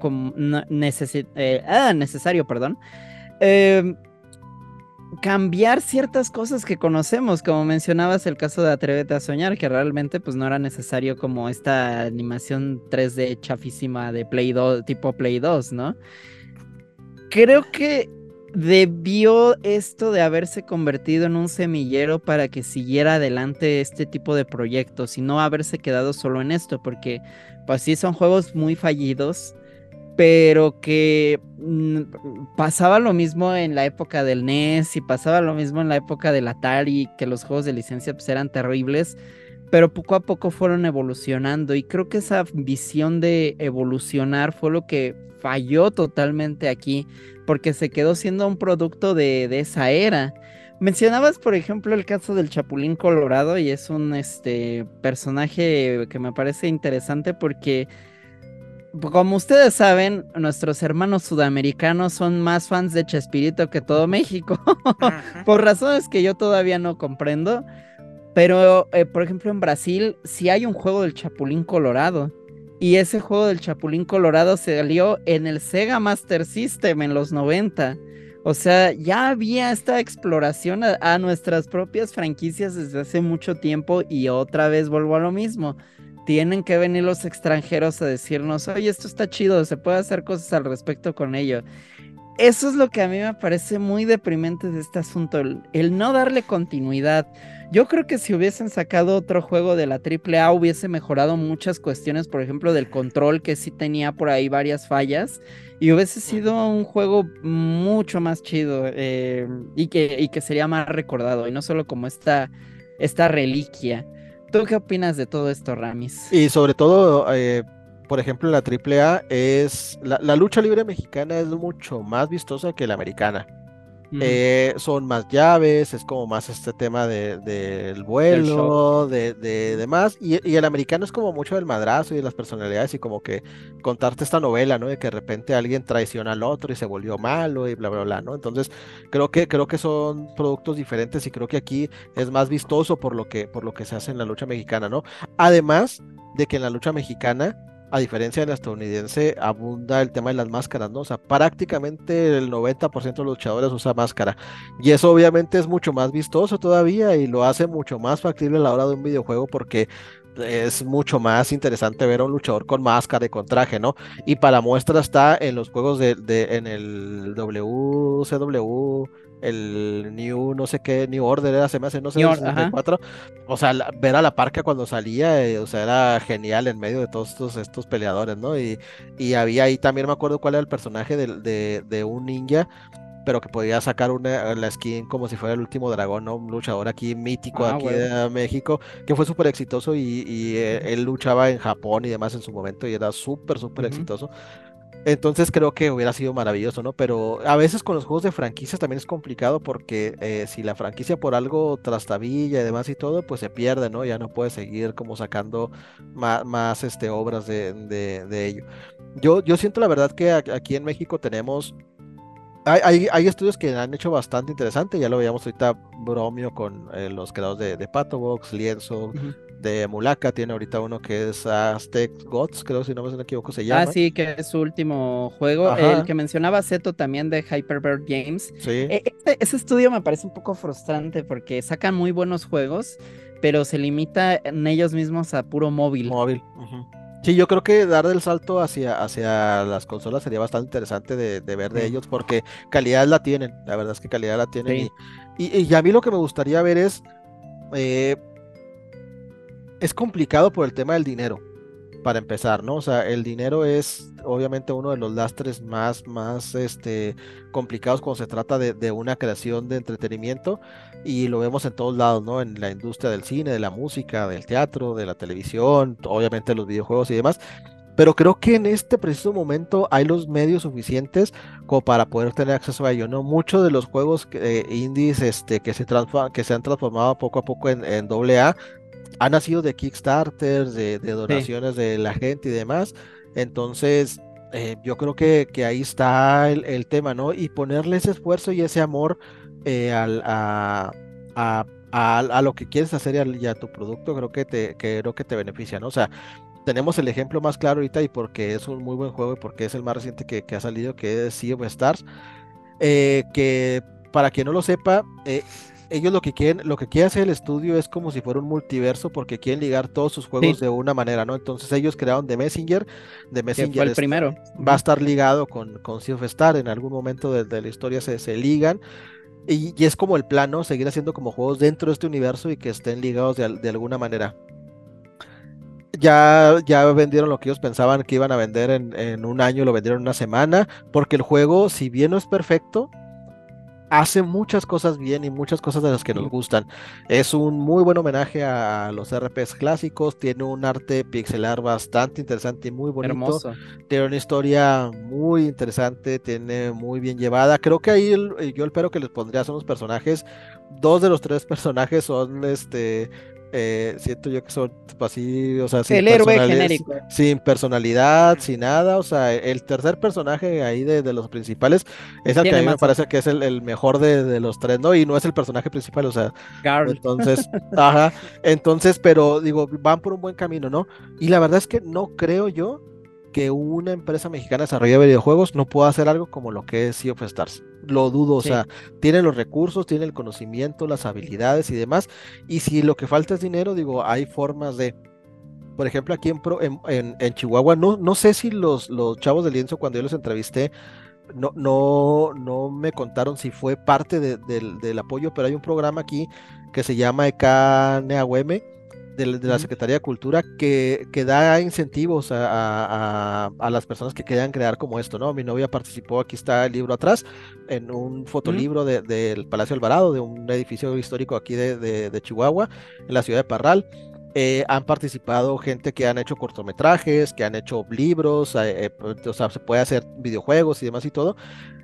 cambiar ciertas cosas que conocemos, como mencionabas el caso de Atrévete a Soñar, que realmente pues no era necesario como esta animación 3D chafísima de Play 2, tipo Play 2, ¿no? Creo que debió esto de haberse convertido en un semillero para que siguiera adelante este tipo de proyectos y no haberse quedado solo en esto, porque pues sí son juegos muy fallidos, pero que pasaba lo mismo en la época del NES y pasaba lo mismo en la época del Atari, que los juegos de licencia pues eran terribles, pero poco a poco fueron evolucionando, y creo que esa visión de evolucionar fue lo que falló totalmente aquí, porque se quedó siendo un producto de esa era. Mencionabas, por ejemplo, el caso del Chapulín Colorado, y es un personaje que me parece interesante porque, como ustedes saben, nuestros hermanos sudamericanos son más fans de Chespirito que todo México, por razones que yo todavía no comprendo. Pero, por ejemplo, en Brasil sí hay un juego del Chapulín Colorado. Y ese juego del Chapulín Colorado salió en el Sega Master System en los 90. O sea, ya había esta exploración a nuestras propias franquicias desde hace mucho tiempo y otra vez vuelvo a lo mismo. Tienen que venir los extranjeros a decirnos, oye, esto está chido, se puede hacer cosas al respecto con ello. Eso es lo que a mí me parece muy deprimente de este asunto, el no darle continuidad. Yo creo que si hubiesen sacado otro juego de la AAA hubiese mejorado muchas cuestiones, por ejemplo, del control, que sí tenía por ahí varias fallas, y hubiese sido un juego mucho más chido, y que sería más recordado, y no solo como esta reliquia. ¿Tú qué opinas de todo esto, Ramis? Y sobre todo, por ejemplo, la AAA la lucha libre mexicana es mucho más vistosa que la americana. Son más llaves, es como más este tema del Del show. vuelo, de demás, y el americano es como mucho del madrazo y de las personalidades y como que contarte esta novela, ¿no? De que de repente alguien traiciona al otro y se volvió malo y bla, bla, bla, ¿no? Entonces, creo que son productos diferentes y creo que aquí es más vistoso por lo que se hace en la lucha mexicana, ¿no? Además de que en la lucha mexicana, a diferencia de la estadounidense, abunda el tema de las máscaras, ¿no? O sea, prácticamente el 90% de los luchadores usa máscara. Y eso obviamente es mucho más vistoso todavía y lo hace mucho más factible a la hora de un videojuego porque es mucho más interesante ver a un luchador con máscara y con traje, ¿no? Y para muestra está en los juegos en el WCW, el New, no sé qué, New Order era, se me hace, no sé, del Ajá. 64. O sea, ver a la Parca cuando salía, o sea, era genial en medio de todos estos peleadores, ¿no? Y había ahí también, me acuerdo cuál era el personaje de un ninja, pero que podía sacar la skin como si fuera el último dragón, ¿no? Un luchador aquí mítico Ah, aquí huevo. de México, que fue súper exitoso y él luchaba en Japón y demás en su momento y era súper, súper Ujú. exitoso. Entonces creo que hubiera sido maravilloso, ¿no? Pero a veces con los juegos de franquicias también es complicado porque si la franquicia por algo trastabilla y demás y todo, pues se pierde, ¿no? Ya no puede seguir como sacando más, obras de ello. Yo siento la verdad que aquí en México tenemos hay estudios que han hecho bastante interesante, ya lo veíamos ahorita Bromio con los creadores de Patobox, Lienzo, Ujú. de Mulaka, tiene ahorita uno que es Aztec Gods, creo si no me equivoco se Ah, llama. sí, que es su último juego. El Ajá, que mencionaba Zeto también de Hyperbird Games. sí. Ese estudio me parece un poco frustrante porque sacan muy buenos juegos, pero se limita en ellos mismos a puro móvil. Móvil. Ujú. Sí, yo creo que dar el salto hacia las consolas sería bastante interesante de ver de Sí, ellos porque calidad la tienen, la verdad es que calidad la tienen sí, y a mí lo que me gustaría ver eh, es complicado por el tema del dinero, para empezar, ¿no? O sea, el dinero es obviamente uno de los lastres más complicados cuando se trata de una creación de entretenimiento y lo vemos en todos lados, ¿no? En la industria del cine, de la música, del teatro, de la televisión, obviamente los videojuegos y demás. Pero creo que en este preciso momento hay los medios suficientes como para poder tener acceso a ello, ¿no? Muchos de los juegos indies que se han transformado poco a poco en AA han nacido de Kickstarter, de sí. donaciones de la gente y demás. Entonces, yo creo que ahí está el tema, ¿no? Y ponerle ese esfuerzo y ese amor a lo que quieres hacer y a tu producto, creo que te beneficia, ¿no? O sea, tenemos el ejemplo más claro ahorita y porque es un muy buen juego y porque es el más reciente que ha salido, que es Sea of Stars, que para quien no lo sepa, ellos lo que quiere hacer el estudio es como si fuera un multiverso porque quieren ligar todos sus juegos Sí, de una manera, ¿no? Entonces ellos crearon The que fue Messenger el primero. va a Ujú. estar ligado con Sea of Star, en algún momento de la historia se ligan y es como el plan, ¿no? Seguir haciendo como juegos dentro de este universo y que estén ligados de alguna manera. Ya vendieron lo que ellos pensaban que iban a vender en un año, lo vendieron en una semana, porque el juego, si bien no es perfecto, hace muchas cosas bien y muchas cosas de las que nos Sí, gustan. Es un muy buen homenaje a los RPs clásicos, tiene un arte pixelar bastante interesante y muy bonito, hermoso. tiene una historia muy interesante, tiene muy bien llevada. Creo que ahí yo el pero que les pondría son los personajes. Dos de los tres personajes son siento yo que son así, o sea, El héroe genérico. sin personalidad, sin nada, o sea, el tercer personaje ahí de los principales es el que a Tiene mí me más parece ojo. que es el mejor de los tres, ¿no? Y no es el personaje principal, o sea, Garl. entonces, ajá, entonces, pero digo, van por un buen camino, ¿no? Y la verdad es que no creo yo que una empresa mexicana desarrolle videojuegos no pueda hacer algo como lo que es Sea of Stars. Lo dudo, o Sí. sea, tiene los recursos, tiene el conocimiento, las habilidades y demás. Y si lo que falta es dinero, digo, hay formas de, por ejemplo, aquí en Chihuahua, no sé si los chavos de Lienzo, cuando yo los entrevisté, no me contaron si fue parte del apoyo, pero hay un programa aquí que se llama ECANEAUM de la Ujú. Secretaría de Cultura que da incentivos a las personas que quieran crear como esto, ¿no? Mi novia participó, aquí está el libro atrás, en un Mm. fotolibro del Palacio Alvarado, de un edificio histórico aquí de Chihuahua, en la ciudad de Parral. Han participado gente que han hecho cortometrajes, que han hecho libros, o sea, se puede hacer videojuegos y demás y todo.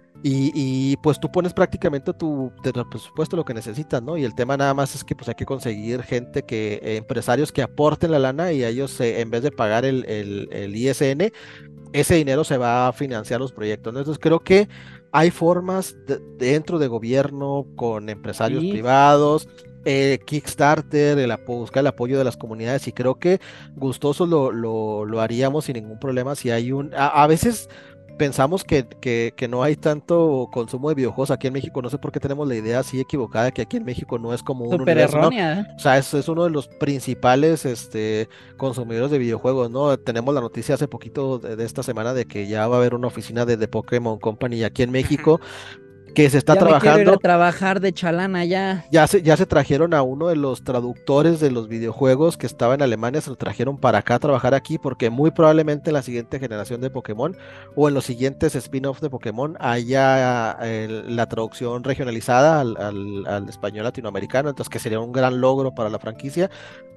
Pues tú pones prácticamente de tu presupuesto lo que necesitas, ¿no? Y el tema nada más es que pues hay que conseguir gente empresarios que aporten la lana y a ellos en vez de pagar el ISN, ese dinero se va a financiar los proyectos, ¿no? Entonces creo que hay formas dentro de gobierno, con empresarios Sí, privados, Kickstarter, buscar el apoyo de las comunidades y creo que gustosos lo haríamos sin ningún problema si hay a veces pensamos que no hay tanto consumo de videojuegos aquí en México, no sé por qué tenemos la idea así equivocada que aquí en México no es como un súper universo, ¿no? errónea. O sea, es uno de los principales, consumidores de videojuegos, ¿no? Tenemos la noticia hace poquito de esta semana de que ya va a haber una oficina de Pokémon Company aquí en Ujú. México que se está Ya me quiero ir a trabajando. trabajar de chalana ya. Ya se trajeron a uno de los traductores de los videojuegos que estaba en Alemania, se lo trajeron para acá a trabajar aquí, porque muy probablemente en la siguiente generación de Pokémon o en los siguientes spin-offs de Pokémon haya la traducción regionalizada al español latinoamericano, entonces que sería un gran logro para la franquicia.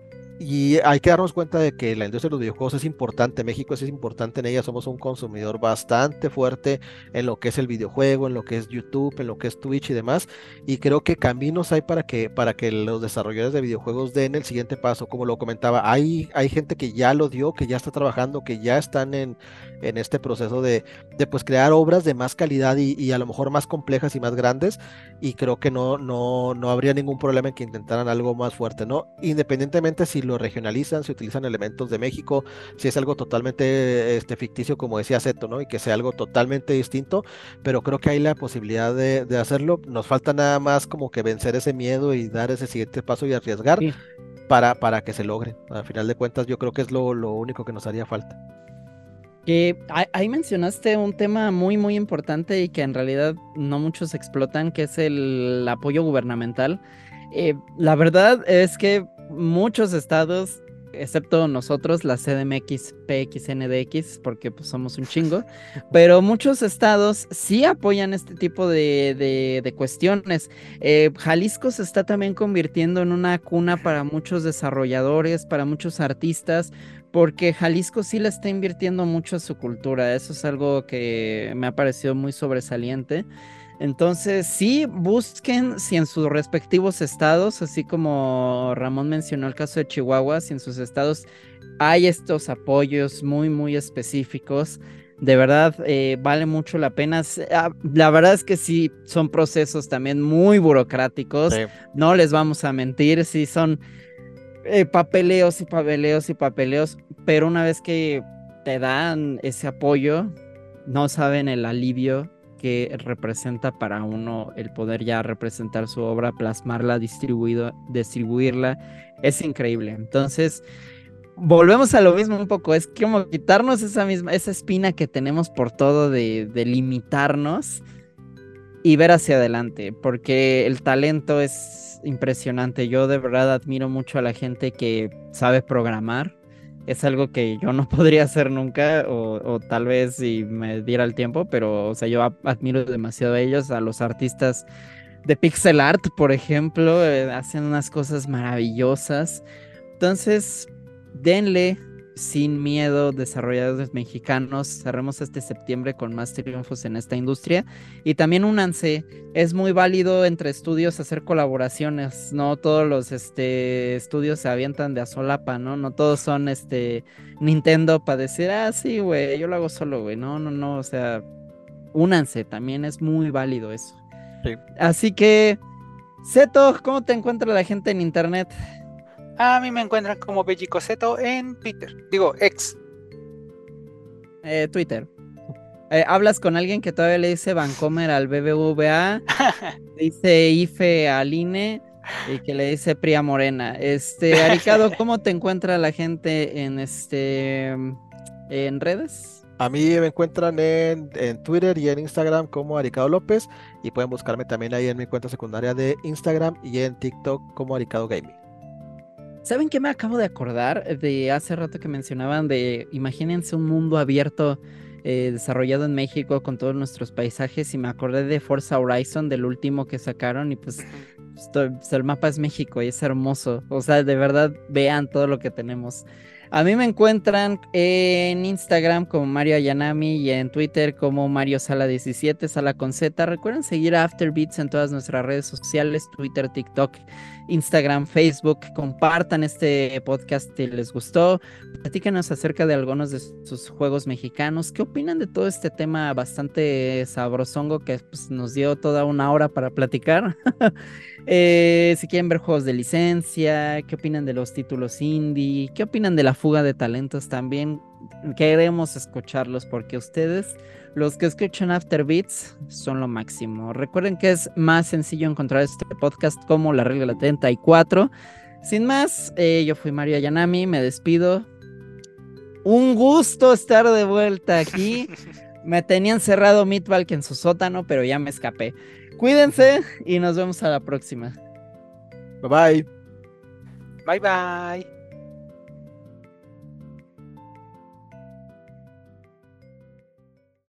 Y hay que darnos cuenta de que la industria de los videojuegos es importante, México es importante en ella, somos un consumidor bastante fuerte en lo que es el videojuego, en lo que es YouTube, en lo que es Twitch y demás, y creo que caminos hay para que los desarrolladores de videojuegos den el siguiente paso, como lo comentaba, hay gente que ya lo dio, que ya está trabajando, que ya están en este proceso de pues crear obras de más calidad y a lo mejor más complejas y más grandes, y creo que no habría ningún problema en que intentaran algo más fuerte, ¿no? Independientemente si lo regionalizan, si utilizan elementos de México, si es algo totalmente ficticio, como decía Zeto, ¿no? Y que sea algo totalmente distinto, pero creo que hay la posibilidad de hacerlo. Nos falta nada más como que vencer ese miedo y dar ese siguiente paso y arriesgar Sí. para que se logre. Al final de cuentas, yo creo que es lo único que nos haría falta. Que ahí mencionaste un tema muy, muy importante y que en realidad no muchos explotan, que es el apoyo gubernamental. La verdad es que muchos estados, excepto nosotros, la CDMX, PXNDX, porque pues somos un chingo, pero muchos estados sí apoyan este tipo de cuestiones. Jalisco se está también convirtiendo en una cuna para muchos desarrolladores, para muchos artistas, porque Jalisco sí le está invirtiendo mucho a su cultura. Eso es algo que me ha parecido muy sobresaliente. Entonces, sí, busquen si en sus respectivos estados, así como Ramón mencionó el caso de Chihuahua, si en sus estados hay estos apoyos muy, muy específicos. De verdad, vale mucho la pena. La verdad es que sí, son procesos también muy burocráticos. Sí. No les vamos a mentir, sí son papeleos y papeleos y papeleos, pero una vez que te dan ese apoyo, no saben el alivio que representa para uno el poder ya representar su obra, plasmarla, distribuirla, es increíble. Entonces, volvemos a lo mismo un poco, es como quitarnos esa espina que tenemos por todo de limitarnos y ver hacia adelante, porque el talento es impresionante. Yo de verdad admiro mucho a la gente que sabe programar. Es algo que yo no podría hacer nunca, o tal vez si me diera el tiempo, pero o sea, yo admiro demasiado a ellos, a los artistas de pixel art, por ejemplo, hacen unas cosas maravillosas. Entonces, denle, sin miedo, desarrolladores mexicanos, cerremos este septiembre con más triunfos en esta industria y también únanse, es muy válido entre estudios hacer colaboraciones, no todos los estudios se avientan de a solapa, ¿no? No todos son Nintendo para decir, sí, güey, yo lo hago solo, güey, no, o sea, únanse, también es muy válido eso. Sí. Así que, Zeto, ¿cómo te encuentra la gente en internet? A mí me encuentran como Bellicoseto en Twitter. Digo, X. Twitter. Hablas con alguien que todavía le dice Vancomer al BBVA, le dice IFE al INE y que le dice Pría Morena. Aricado, ¿cómo te encuentra la gente en redes? A mí me encuentran en Twitter y en Instagram como Aricado López y pueden buscarme también ahí en mi cuenta secundaria de Instagram y en TikTok como Aricado Gaming. ¿Saben qué me acabo de acordar de hace rato que mencionaban de, imagínense un mundo abierto desarrollado en México con todos nuestros paisajes y me acordé de Forza Horizon, del último que sacaron y pues el mapa es México y es hermoso, o sea, de verdad vean todo lo que tenemos. A mí me encuentran en Instagram como Mario Ayanami y en Twitter como Mario Sala 17, Sala con Z. Recuerden seguir a Afterbeats en todas nuestras redes sociales, Twitter, TikTok, Instagram, Facebook. Compartan este podcast si les gustó. Platícanos acerca de algunos de sus juegos mexicanos. ¿Qué opinan de todo este tema bastante sabrosongo que pues, nos dio toda una hora para platicar? Si quieren ver juegos de licencia, ¿qué opinan de los títulos indie? ¿Qué opinan de la fuga de talentos también? Queremos escucharlos porque ustedes, los que escuchan Afterbeats, son lo máximo. Recuerden que es más sencillo encontrar este podcast como La Regla 34. Sin más, yo fui Mario Ayanami, me despido. Un gusto estar de vuelta aquí. Me tenían cerrado Meatball en su sótano, pero ya me escapé. Cuídense y nos vemos a la próxima. Bye bye. Bye bye.